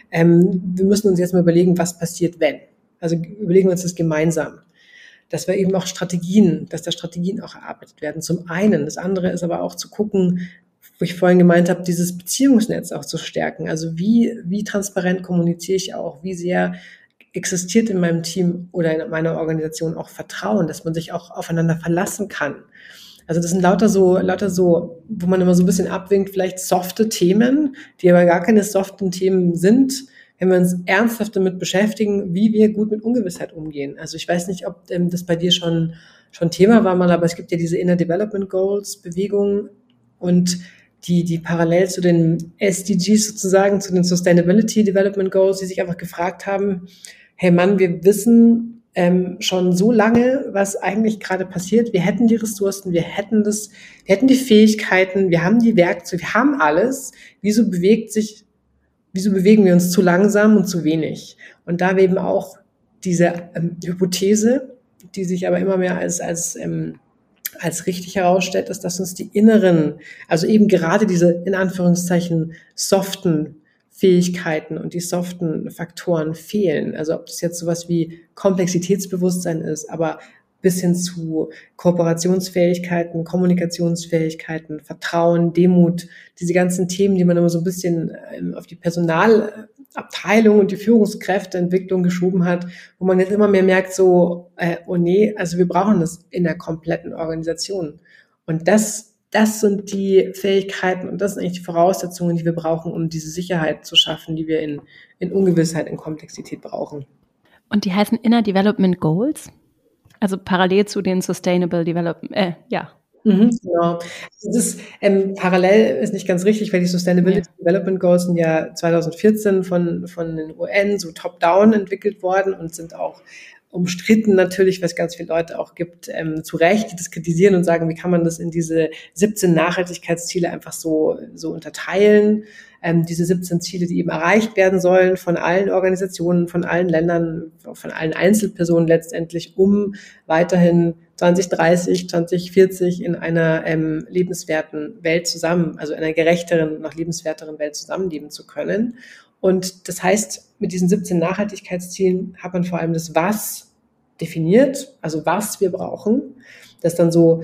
wir müssen uns jetzt mal überlegen, was passiert, wenn. Also überlegen wir uns das gemeinsam. Dass wir eben auch dass da Strategien auch erarbeitet werden. Zum einen. Das andere ist aber auch zu gucken, wo ich vorhin gemeint habe, dieses Beziehungsnetz auch zu stärken. Also wie transparent kommuniziere ich auch? Wie sehr existiert in meinem Team oder in meiner Organisation auch Vertrauen, dass man sich auch aufeinander verlassen kann? Also das sind lauter so, wo man immer so ein bisschen abwinkt, vielleicht softe Themen, die aber gar keine soften Themen sind, wenn wir uns ernsthaft damit beschäftigen, wie wir gut mit Ungewissheit umgehen. Also ich weiß nicht, ob das bei dir schon Thema war mal, aber es gibt ja diese Inner Development Goals Bewegung und die parallel zu den SDGs sozusagen, zu den Sustainability Development Goals, die sich einfach gefragt haben, hey Mann, wir wissen schon so lange, was eigentlich gerade passiert. Wir hätten die Ressourcen, wir hätten die Fähigkeiten, wir haben die Werkzeuge, wir haben alles. Wieso bewegt sich wieso bewegen wir uns zu langsam und zu wenig? Und da eben auch diese Hypothese, die sich aber immer mehr als richtig herausstellt, ist, dass uns die inneren, also eben gerade diese in Anführungszeichen soften Fähigkeiten und die soften Faktoren fehlen. Also ob das jetzt sowas wie Komplexitätsbewusstsein ist, aber bis hin zu Kooperationsfähigkeiten, Kommunikationsfähigkeiten, Vertrauen, Demut, diese ganzen Themen, die man immer so ein bisschen auf die Personalabteilung und die Führungskräfteentwicklung geschoben hat, wo man jetzt immer mehr merkt, so, oh nee, also wir brauchen das in der kompletten Organisation. Und das sind die Fähigkeiten und das sind eigentlich die Voraussetzungen, die wir brauchen, um diese Sicherheit zu schaffen, die wir in Ungewissheit, in Komplexität brauchen. Und die heißen Inner Development Goals? Also parallel zu den Sustainable Development, ja. Genau. Das ist, parallel ist nicht ganz richtig, weil die Sustainability Development Goals sind ja 2014 von den UN so top-down entwickelt worden und sind auch umstritten natürlich, weil es ganz viele Leute auch gibt, zu Recht, die das kritisieren und sagen, wie kann man das in diese 17 Nachhaltigkeitsziele einfach so unterteilen. Diese 17 Ziele, die eben erreicht werden sollen von allen Organisationen, von allen Ländern, von allen Einzelpersonen letztendlich, um weiterhin 2030, 2040 in einer lebenswerten Welt also einer gerechteren, noch lebenswerteren Welt zusammenleben zu können. Und das heißt, mit diesen 17 Nachhaltigkeitszielen hat man vor allem das Was definiert, also was wir brauchen. Das dann so,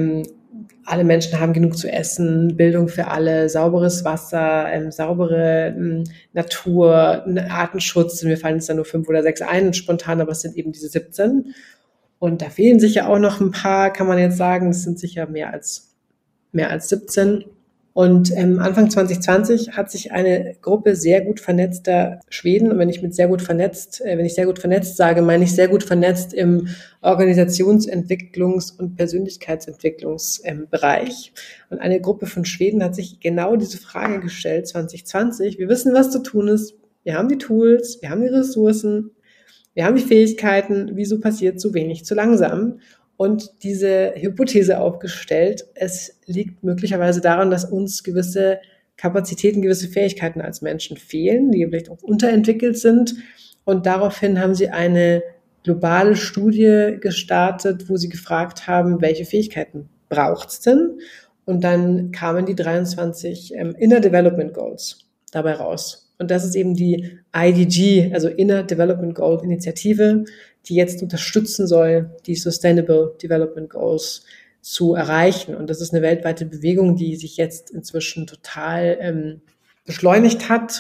alle Menschen haben genug zu essen, Bildung für alle, sauberes Wasser, saubere Natur, Artenschutz. Mir fallen jetzt da nur 5 oder 6 ein, spontan, aber es sind eben diese 17. Und da fehlen sicher auch noch ein paar, kann man jetzt sagen. Es sind sicher mehr als 17. Und Anfang 2020 hat sich eine Gruppe sehr gut vernetzter Schweden, und wenn ich sehr gut vernetzt sage, meine ich sehr gut vernetzt im Organisationsentwicklungs- und Persönlichkeitsentwicklungsbereich. Und eine Gruppe von Schweden hat sich genau diese Frage gestellt, 2020. Wir wissen, was zu tun ist. Wir haben die Tools, wir haben die Ressourcen, wir haben die Fähigkeiten. Wieso passiert zu wenig, zu langsam? Und diese Hypothese aufgestellt, es liegt möglicherweise daran, dass uns gewisse Kapazitäten, gewisse Fähigkeiten als Menschen fehlen, die vielleicht auch unterentwickelt sind. Und daraufhin haben sie eine globale Studie gestartet, wo sie gefragt haben, welche Fähigkeiten braucht es denn? Und dann kamen die 23 Inner Development Goals dabei raus. Und das ist eben die IDG, also Inner Development Goal Initiative, die jetzt unterstützen soll, die Sustainable Development Goals zu erreichen. Und das ist eine weltweite Bewegung, die sich jetzt inzwischen total beschleunigt hat.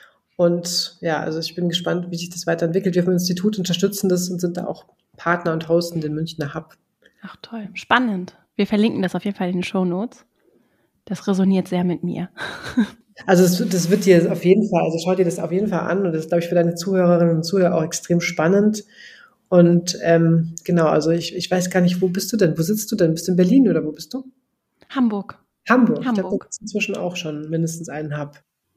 Und ja, also ich bin gespannt, wie sich das weiterentwickelt. Wir vom Institut unterstützen das und sind da auch Partner und hosten den Münchner Hub. Ach toll, spannend. Wir verlinken das auf jeden Fall in den Shownotes. Das resoniert sehr mit mir. Also das wird dir auf jeden Fall, also schau dir das auf jeden Fall an, und das ist, glaube ich, für deine Zuhörerinnen und Zuhörer auch extrem spannend. Und genau, also ich weiß gar nicht, wo bist du denn? Wo sitzt du denn? Bist du in Berlin oder wo bist du? Hamburg. Hamburg. Ich glaube, da ist inzwischen auch schon mindestens einen Hub.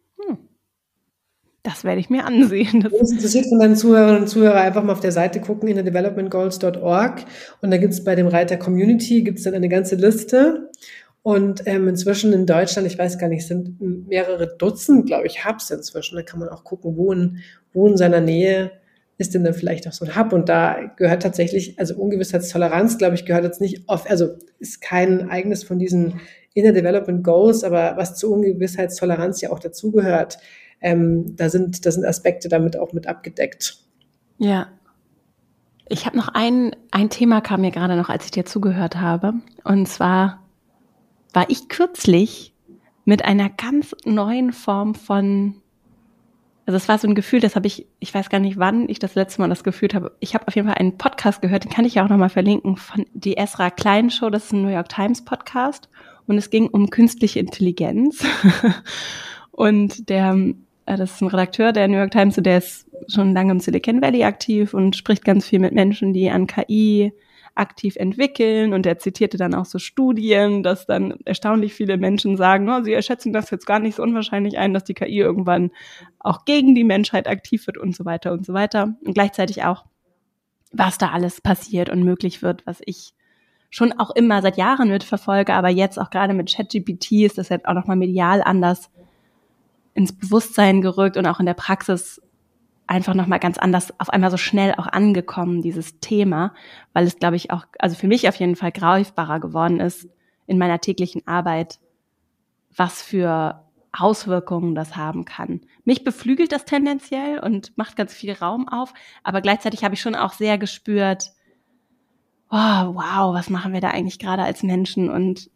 Das werde ich mir ansehen. Wenn es interessiert von deinen Zuhörerinnen und Zuhörern, einfach mal auf der Seite gucken, innerdevelopmentgoals.org, und da gibt es bei dem Reiter Community dann eine ganze Liste. Und inzwischen in Deutschland, ich weiß gar nicht, sind mehrere Dutzend, glaube ich, Hubs inzwischen. Da kann man auch gucken, wo in seiner Nähe ist denn dann vielleicht auch so ein Hub. Und da gehört tatsächlich, also Ungewissheitstoleranz, glaube ich, gehört jetzt nicht oft, also ist kein eigenes von diesen Inner Development Goals, aber was zur Ungewissheitstoleranz ja auch dazugehört, da sind Aspekte damit auch mit abgedeckt. Ja. Ich habe noch ein Thema kam mir gerade noch, als ich dir zugehört habe. Und zwar war ich kürzlich mit einer ganz neuen Form von, also es war so ein Gefühl, das habe ich weiß gar nicht, wann ich das letzte Mal das gefühlt habe. Ich habe auf jeden Fall einen Podcast gehört, den kann ich ja auch nochmal verlinken, von die Ezra Klein Show, das ist ein New York Times Podcast, und es ging um künstliche Intelligenz. Und das ist ein Redakteur der New York Times, und der ist schon lange im Silicon Valley aktiv und spricht ganz viel mit Menschen, die an KI aktiv entwickeln, und er zitierte dann auch so Studien, dass dann erstaunlich viele Menschen sagen, sie schätzen das jetzt gar nicht so unwahrscheinlich ein, dass die KI irgendwann auch gegen die Menschheit aktiv wird und so weiter und so weiter. Und gleichzeitig auch, was da alles passiert und möglich wird, was ich schon auch immer seit Jahren mitverfolge, aber jetzt auch gerade mit ChatGPT ist das jetzt auch nochmal medial anders ins Bewusstsein gerückt und auch in der Praxis einfach nochmal ganz anders, auf einmal so schnell auch angekommen, dieses Thema, weil es, glaube ich, auch, also für mich auf jeden Fall greifbarer geworden ist in meiner täglichen Arbeit, was für Auswirkungen das haben kann. Mich beflügelt das tendenziell und macht ganz viel Raum auf, aber gleichzeitig habe ich schon auch sehr gespürt, oh, wow, was machen wir da eigentlich gerade als Menschen und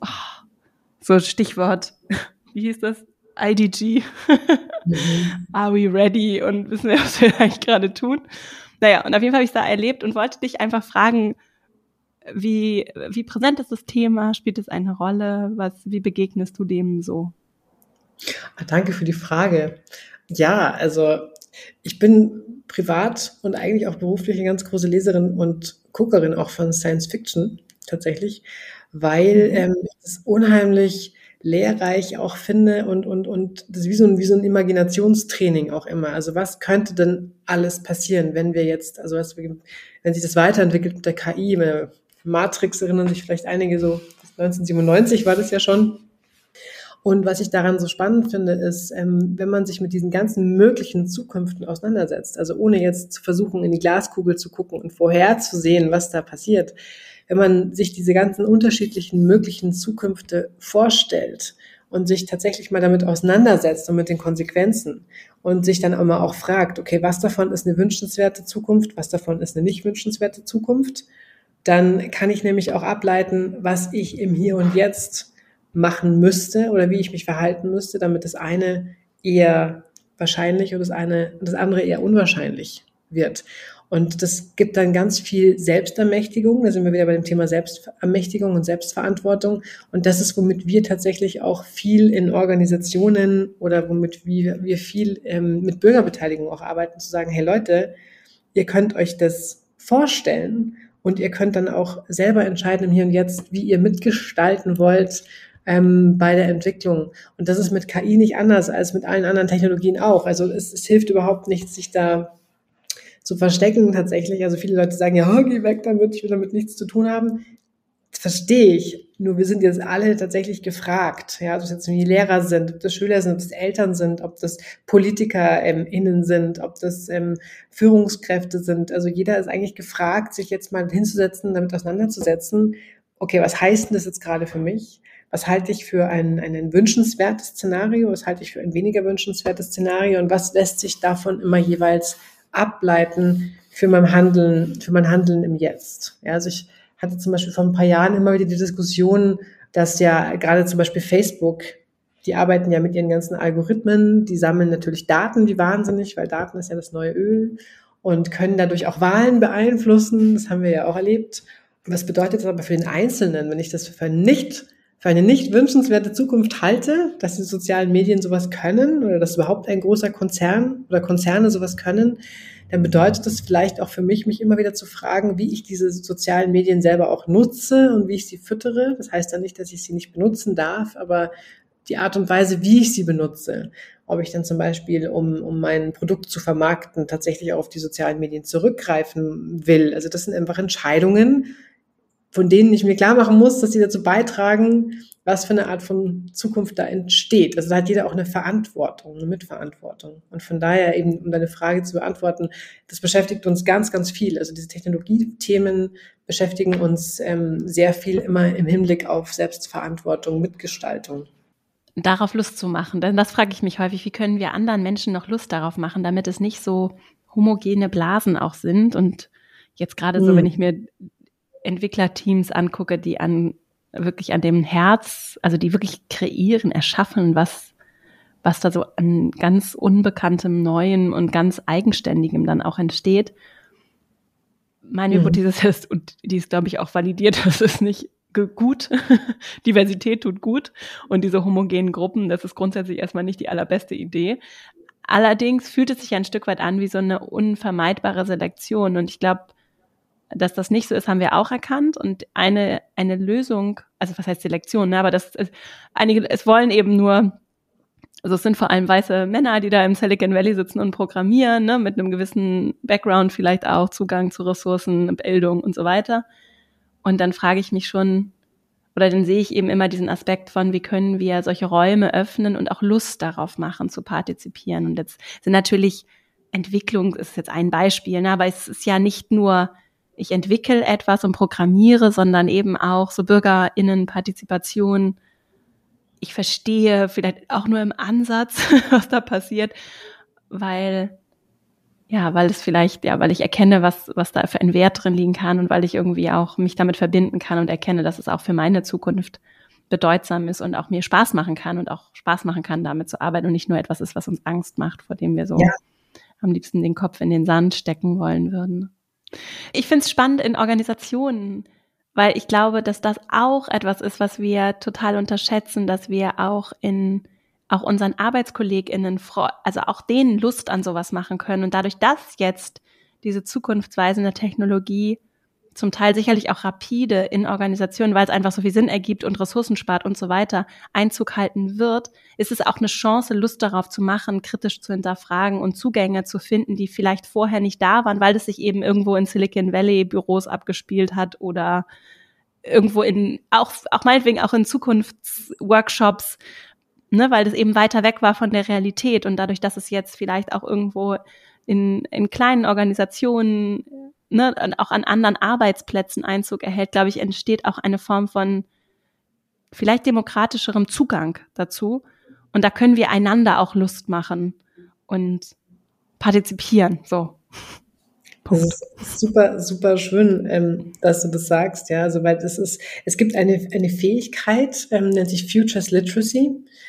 so Stichwort, wie hieß das? IDG. Are we ready? Und wissen wir, was wir eigentlich gerade tun? Naja, und auf jeden Fall habe ich es da erlebt und wollte dich einfach fragen, wie präsent ist das Thema? Spielt es eine Rolle? Wie begegnest du dem so? Danke für die Frage. Ja, also ich bin privat und eigentlich auch beruflich eine ganz große Leserin und Guckerin auch von Science Fiction tatsächlich, weil ich es unheimlich lehrreich auch finde und das ist wie so ein Imaginationstraining auch immer. Also was könnte denn alles passieren, wenn wir jetzt, also wenn sich das weiterentwickelt mit der KI, mit der Matrix erinnern sich vielleicht einige so, 1997 war das ja schon. Und was ich daran so spannend finde, ist, wenn man sich mit diesen ganzen möglichen Zukünften auseinandersetzt, also ohne jetzt zu versuchen, in die Glaskugel zu gucken und vorherzusehen, was da passiert, wenn man sich diese ganzen unterschiedlichen möglichen Zukünfte vorstellt und sich tatsächlich mal damit auseinandersetzt und mit den Konsequenzen und sich dann auch mal auch fragt, okay, was davon ist eine wünschenswerte Zukunft, was davon ist eine nicht wünschenswerte Zukunft, dann kann ich nämlich auch ableiten, was ich im Hier und Jetzt machen müsste oder wie ich mich verhalten müsste, damit das eine eher wahrscheinlich und das andere eher unwahrscheinlich wird. Und das gibt dann ganz viel Selbstermächtigung. Da sind wir wieder bei dem Thema Selbstermächtigung und Selbstverantwortung. Und das ist, womit wir tatsächlich auch viel in Organisationen oder womit wir viel mit Bürgerbeteiligung auch arbeiten, zu sagen, hey Leute, ihr könnt euch das vorstellen und ihr könnt dann auch selber entscheiden im Hier und Jetzt, wie ihr mitgestalten wollt bei der Entwicklung. Und das ist mit KI nicht anders als mit allen anderen Technologien auch. Also es hilft überhaupt nichts, sich da zu verstecken tatsächlich. Also viele Leute sagen, ja, geh weg damit, ich will damit nichts zu tun haben. Das verstehe ich. Nur wir sind jetzt alle tatsächlich gefragt. Ja, ob das jetzt die Lehrer sind, ob das Schüler sind, ob das Eltern sind, ob das Politiker innen sind, ob das Führungskräfte sind. Also jeder ist eigentlich gefragt, sich jetzt mal hinzusetzen, damit auseinanderzusetzen. Okay, was heißt denn das jetzt gerade für mich? Was halte ich für ein wünschenswertes Szenario? Was halte ich für ein weniger wünschenswertes Szenario? Und was lässt sich davon immer jeweils ableiten für mein Handeln im Jetzt? Ja, also ich hatte zum Beispiel vor ein paar Jahren immer wieder die Diskussion, dass ja gerade zum Beispiel Facebook, die arbeiten ja mit ihren ganzen Algorithmen, die sammeln natürlich Daten wie wahnsinnig, weil Daten ist ja das neue Öl und können dadurch auch Wahlen beeinflussen. Das haben wir ja auch erlebt. Was bedeutet das aber für den Einzelnen, wenn ich das für eine nicht wünschenswerte Zukunft halte, dass die sozialen Medien sowas können oder dass überhaupt ein großer Konzern oder Konzerne sowas können, dann bedeutet das vielleicht auch für mich immer wieder zu fragen, wie ich diese sozialen Medien selber auch nutze und wie ich sie füttere. Das heißt dann nicht, dass ich sie nicht benutzen darf, aber die Art und Weise, wie ich sie benutze. Ob ich dann zum Beispiel, um mein Produkt zu vermarkten, tatsächlich auch auf die sozialen Medien zurückgreifen will. Also das sind einfach Entscheidungen, von denen ich mir klar machen muss, dass sie dazu beitragen, was für eine Art von Zukunft da entsteht. Also da hat jeder auch eine Verantwortung, eine Mitverantwortung. Und von daher eben, um deine Frage zu beantworten, das beschäftigt uns ganz, ganz viel. Also diese Technologiethemen beschäftigen uns sehr viel immer im Hinblick auf Selbstverantwortung, Mitgestaltung. Darauf Lust zu machen, denn das frage ich mich häufig, wie können wir anderen Menschen noch Lust darauf machen, damit es nicht so homogene Blasen auch sind. Und jetzt gerade so, wenn ich mir Entwicklerteams angucke, die wirklich an dem Herz, also die wirklich kreieren, erschaffen, was da so an ganz unbekanntem, Neuem und ganz Eigenständigem dann auch entsteht. Meine Hypothese ist, und die ist, glaube ich, auch validiert, das ist nicht gut. Diversität tut gut. Und diese homogenen Gruppen, das ist grundsätzlich erstmal nicht die allerbeste Idee. Allerdings fühlt es sich ein Stück weit an wie so eine unvermeidbare Selektion. Und ich glaube, dass das nicht so ist, haben wir auch erkannt. Und eine Lösung, also was heißt Selektion, ne? Aber es wollen eben nur, also es sind vor allem weiße Männer, die da im Silicon Valley sitzen und programmieren, ne? Mit einem gewissen Background vielleicht auch, Zugang zu Ressourcen, Bildung und so weiter. Und dann frage ich mich schon, oder dann sehe ich eben immer diesen Aspekt von, wie können wir solche Räume öffnen und auch Lust darauf machen, zu partizipieren. Und jetzt sind natürlich Entwicklung, ist jetzt ein Beispiel, ne? Aber es ist ja nicht nur, ich entwickle etwas und programmiere, sondern eben auch so BürgerInnen-Partizipation. Ich verstehe vielleicht auch nur im Ansatz, was da passiert, weil es vielleicht, weil ich erkenne, was da für ein Wert drin liegen kann und weil ich irgendwie auch mich damit verbinden kann und erkenne, dass es auch für meine Zukunft bedeutsam ist und auch mir Spaß machen kann und auch Spaß machen kann, damit zu arbeiten und nicht nur etwas ist, was uns Angst macht, vor dem wir so am liebsten den Kopf in den Sand stecken wollen würden. Ich finde es spannend in Organisationen, weil ich glaube, dass das auch etwas ist, was wir total unterschätzen, dass wir auch unseren ArbeitskollegInnen, also auch denen Lust an sowas machen können. Und dadurch, dass jetzt diese zukunftsweisende Technologie zum Teil sicherlich auch rapide in Organisationen, weil es einfach so viel Sinn ergibt und Ressourcen spart und so weiter, Einzug halten wird, ist es auch eine Chance, Lust darauf zu machen, kritisch zu hinterfragen und Zugänge zu finden, die vielleicht vorher nicht da waren, weil es sich eben irgendwo in Silicon Valley Büros abgespielt hat oder irgendwo auch meinetwegen auch in Zukunftsworkshops, ne, weil das eben weiter weg war von der Realität und dadurch, dass es jetzt vielleicht auch irgendwo in kleinen Organisationen, ne, auch an anderen Arbeitsplätzen Einzug erhält, glaube ich, entsteht auch eine Form von vielleicht demokratischerem Zugang dazu. Und da können wir einander auch Lust machen und partizipieren. So. Punkt. Das ist super, super schön, dass du das sagst, ja, also, weil es gibt eine Fähigkeit, nennt sich Futures Literacy.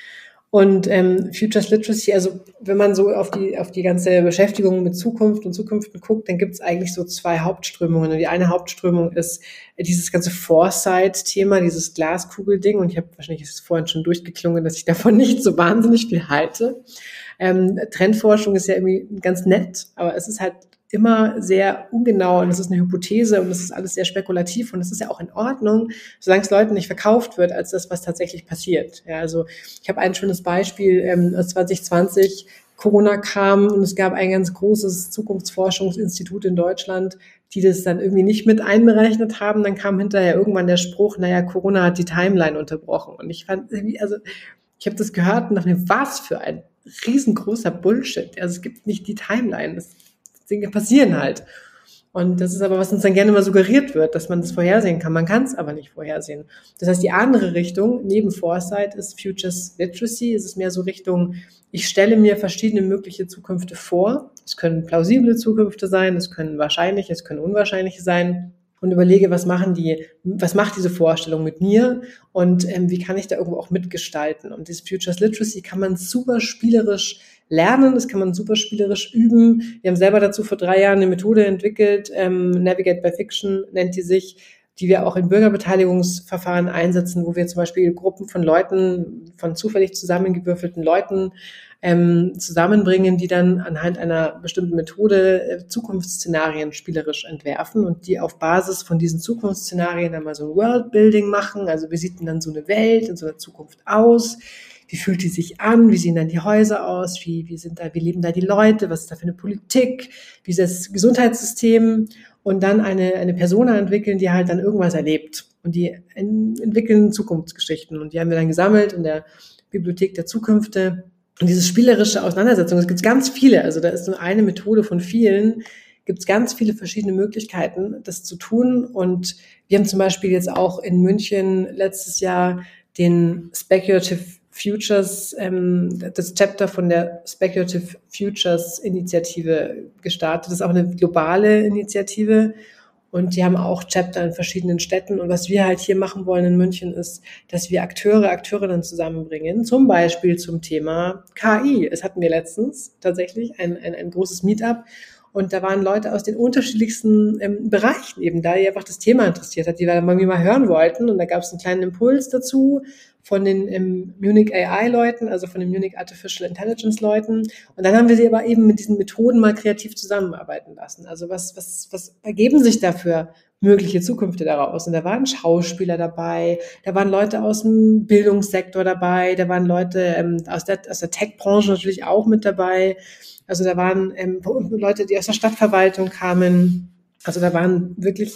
Und Futures Literacy, also wenn man so auf die ganze Beschäftigung mit Zukunft und Zukünften guckt, dann gibt es eigentlich so zwei Hauptströmungen. Und die eine Hauptströmung ist dieses ganze Foresight-Thema, dieses Glaskugelding. Und ich habe wahrscheinlich ist es vorhin schon durchgeklungen, dass ich davon nicht so wahnsinnig viel halte. Trendforschung ist ja irgendwie ganz nett, aber es ist halt immer sehr ungenau und es ist eine Hypothese und es ist alles sehr spekulativ und es ist ja auch in Ordnung, solange es Leuten nicht verkauft wird als das, was tatsächlich passiert. Ja, also ich habe ein schönes Beispiel, als 2020 Corona kam und es gab ein ganz großes Zukunftsforschungsinstitut in Deutschland, die das dann irgendwie nicht mit einberechnet haben. Dann kam hinterher irgendwann der Spruch, Corona hat die Timeline unterbrochen. Und ich fand irgendwie, also ich habe das gehört und dachte mir, was für ein riesengroßer Bullshit. Also es gibt nicht die Timeline, Dinge passieren halt. Und das ist aber, was uns dann gerne mal suggeriert wird, dass man das vorhersehen kann. Man kann es aber nicht vorhersehen. Das heißt, die andere Richtung, neben Foresight, ist Futures Literacy. Es ist mehr so Richtung, ich stelle mir verschiedene mögliche Zukünfte vor. Es können plausible Zukünfte sein, es können wahrscheinliche, es können unwahrscheinliche sein. Und überlege, was macht diese Vorstellung mit mir und wie kann ich da irgendwo auch mitgestalten. Und dieses Futures Literacy kann man super spielerisch lernen, das kann man super spielerisch üben. Wir haben selber dazu vor 3 Jahren eine Methode entwickelt, Navigate by Fiction nennt die sich, die wir auch in Bürgerbeteiligungsverfahren einsetzen, wo wir zum Beispiel Gruppen von Leuten, von zufällig zusammengewürfelten Leuten zusammenbringen, die dann anhand einer bestimmten Methode Zukunftsszenarien spielerisch entwerfen und die auf Basis von diesen Zukunftsszenarien dann mal so ein Worldbuilding machen. Also wie sieht denn dann so eine Welt in so einer Zukunft aus? Wie fühlt die sich an? Wie sehen dann die Häuser aus? Wie leben da die Leute? Was ist da für eine Politik? Wie ist das Gesundheitssystem? Und dann eine Persona entwickeln, die halt dann irgendwas erlebt. Und die entwickeln Zukunftsgeschichten. Und die haben wir dann gesammelt in der Bibliothek der Zukünfte. Und diese spielerische Auseinandersetzung, es gibt ganz viele. Also da ist nur eine Methode von vielen. Gibt es ganz viele verschiedene Möglichkeiten, das zu tun. Und wir haben zum Beispiel jetzt auch in München letztes Jahr den Speculative Futures, das Chapter von der Speculative Futures Initiative gestartet. Das ist auch eine globale Initiative und die haben auch Chapter in verschiedenen Städten. Und was wir halt hier machen wollen in München ist, dass wir Akteurinnen zusammenbringen, zum Beispiel zum Thema KI. Es hatten wir letztens tatsächlich ein großes Meetup. Und da waren Leute aus den unterschiedlichsten Bereichen eben da, die einfach das Thema interessiert hat, die wir dann irgendwie mal hören wollten. Und da gab es einen kleinen Impuls dazu von den Munich AI-Leuten, also von den Munich Artificial Intelligence-Leuten. Und dann haben wir sie aber eben mit diesen Methoden mal kreativ zusammenarbeiten lassen. Also was ergeben sich da für mögliche Zukünfte daraus? Und da waren Schauspieler dabei, da waren Leute aus dem Bildungssektor dabei, da waren Leute aus der Tech-Branche natürlich auch mit dabei. Also da waren Leute, die aus der Stadtverwaltung kamen. Also da waren wirklich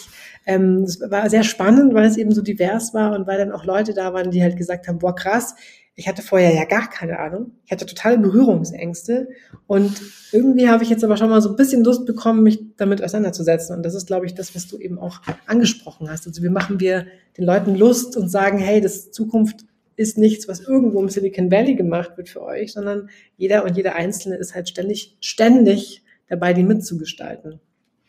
Es war sehr spannend, weil es eben so divers war und weil dann auch Leute da waren, die halt gesagt haben, boah krass, ich hatte vorher ja gar keine Ahnung. Ich hatte totale Berührungsängste und irgendwie habe ich jetzt aber schon mal so ein bisschen Lust bekommen, mich damit auseinanderzusetzen. Und das ist, glaube ich, das, was du eben auch angesprochen hast. Also wir den Leuten Lust und sagen, hey, das Zukunft ist nichts, was irgendwo im Silicon Valley gemacht wird für euch, sondern jeder und jede Einzelne ist halt ständig dabei, die mitzugestalten.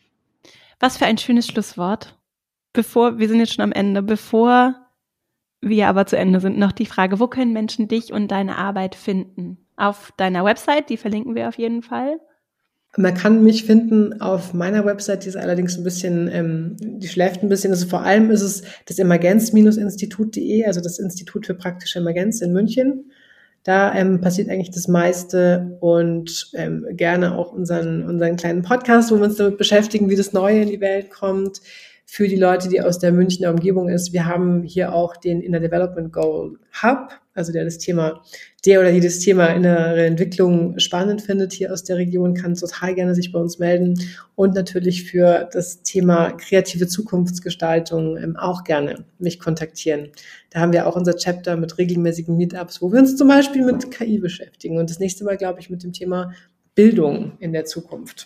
Was für ein schönes Schlusswort. Wir sind jetzt schon am Ende, bevor wir aber zu Ende sind, noch die Frage, wo können Menschen dich und deine Arbeit finden? Auf deiner Website, die verlinken wir auf jeden Fall. Man kann mich finden auf meiner Website, die ist allerdings ein bisschen, die schläft ein bisschen. Also vor allem ist es das Emergenz-Institut.de, also das Institut für praktische Emergenz in München. Da passiert eigentlich das meiste und gerne auch unseren kleinen Podcast, wo wir uns damit beschäftigen, wie das Neue in die Welt kommt. Für die Leute, die aus der Münchner Umgebung ist, wir haben hier auch den Inner Development Goal Hub, also der oder die das Thema innere Entwicklung spannend findet hier aus der Region, kann total gerne sich bei uns melden und natürlich für das Thema kreative Zukunftsgestaltung auch gerne mich kontaktieren. Da haben wir auch unser Chapter mit regelmäßigen Meetups, wo wir uns zum Beispiel mit KI beschäftigen und das nächste Mal, glaube ich, mit dem Thema Bildung in der Zukunft.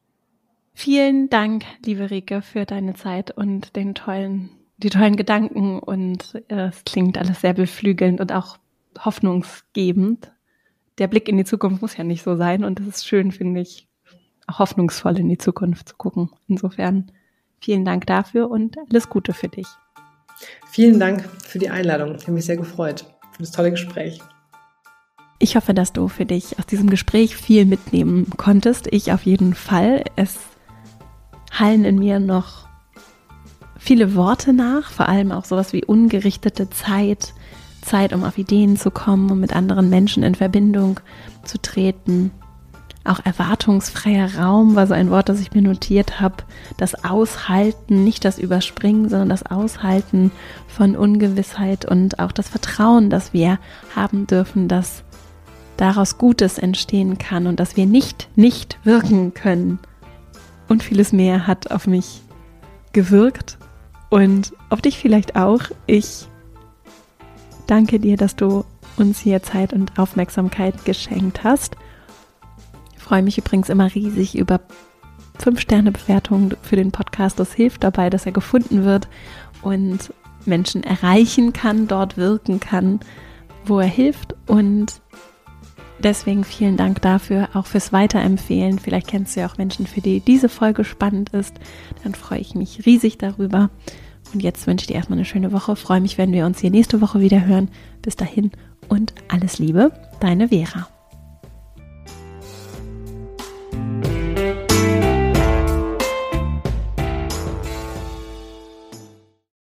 Vielen Dank, liebe Rike, für deine Zeit und die tollen Gedanken und es klingt alles sehr beflügelnd und auch hoffnungsgebend. Der Blick in die Zukunft muss ja nicht so sein und es ist schön, finde ich, auch hoffnungsvoll in die Zukunft zu gucken. Insofern vielen Dank dafür und alles Gute für dich. Vielen Dank für die Einladung. Ich habe mich sehr gefreut für das tolle Gespräch. Ich hoffe, dass du für dich aus diesem Gespräch viel mitnehmen konntest. Ich auf jeden Fall. Es hallen in mir noch viele Worte nach, vor allem auch sowas wie ungerichtete Zeit, um auf Ideen zu kommen, um mit anderen Menschen in Verbindung zu treten. Auch erwartungsfreier Raum war so ein Wort, das ich mir notiert habe. Das Aushalten, nicht das Überspringen, sondern das Aushalten von Ungewissheit und auch das Vertrauen, das wir haben dürfen, dass daraus Gutes entstehen kann und dass wir nicht wirken können. Und vieles mehr hat auf mich gewirkt und auf dich vielleicht auch. Ich danke dir, dass du uns hier Zeit und Aufmerksamkeit geschenkt hast. Ich freue mich übrigens immer riesig über 5-Sterne-Bewertungen für den Podcast. Das hilft dabei, dass er gefunden wird und Menschen erreichen kann, dort wirken kann, wo er hilft. Und deswegen vielen Dank dafür, auch fürs Weiterempfehlen. Vielleicht kennst du ja auch Menschen, für die diese Folge spannend ist. Dann freue ich mich riesig darüber. Und jetzt wünsche ich dir erstmal eine schöne Woche. Freue mich, wenn wir uns hier nächste Woche wieder hören. Bis dahin und alles Liebe, deine Vera.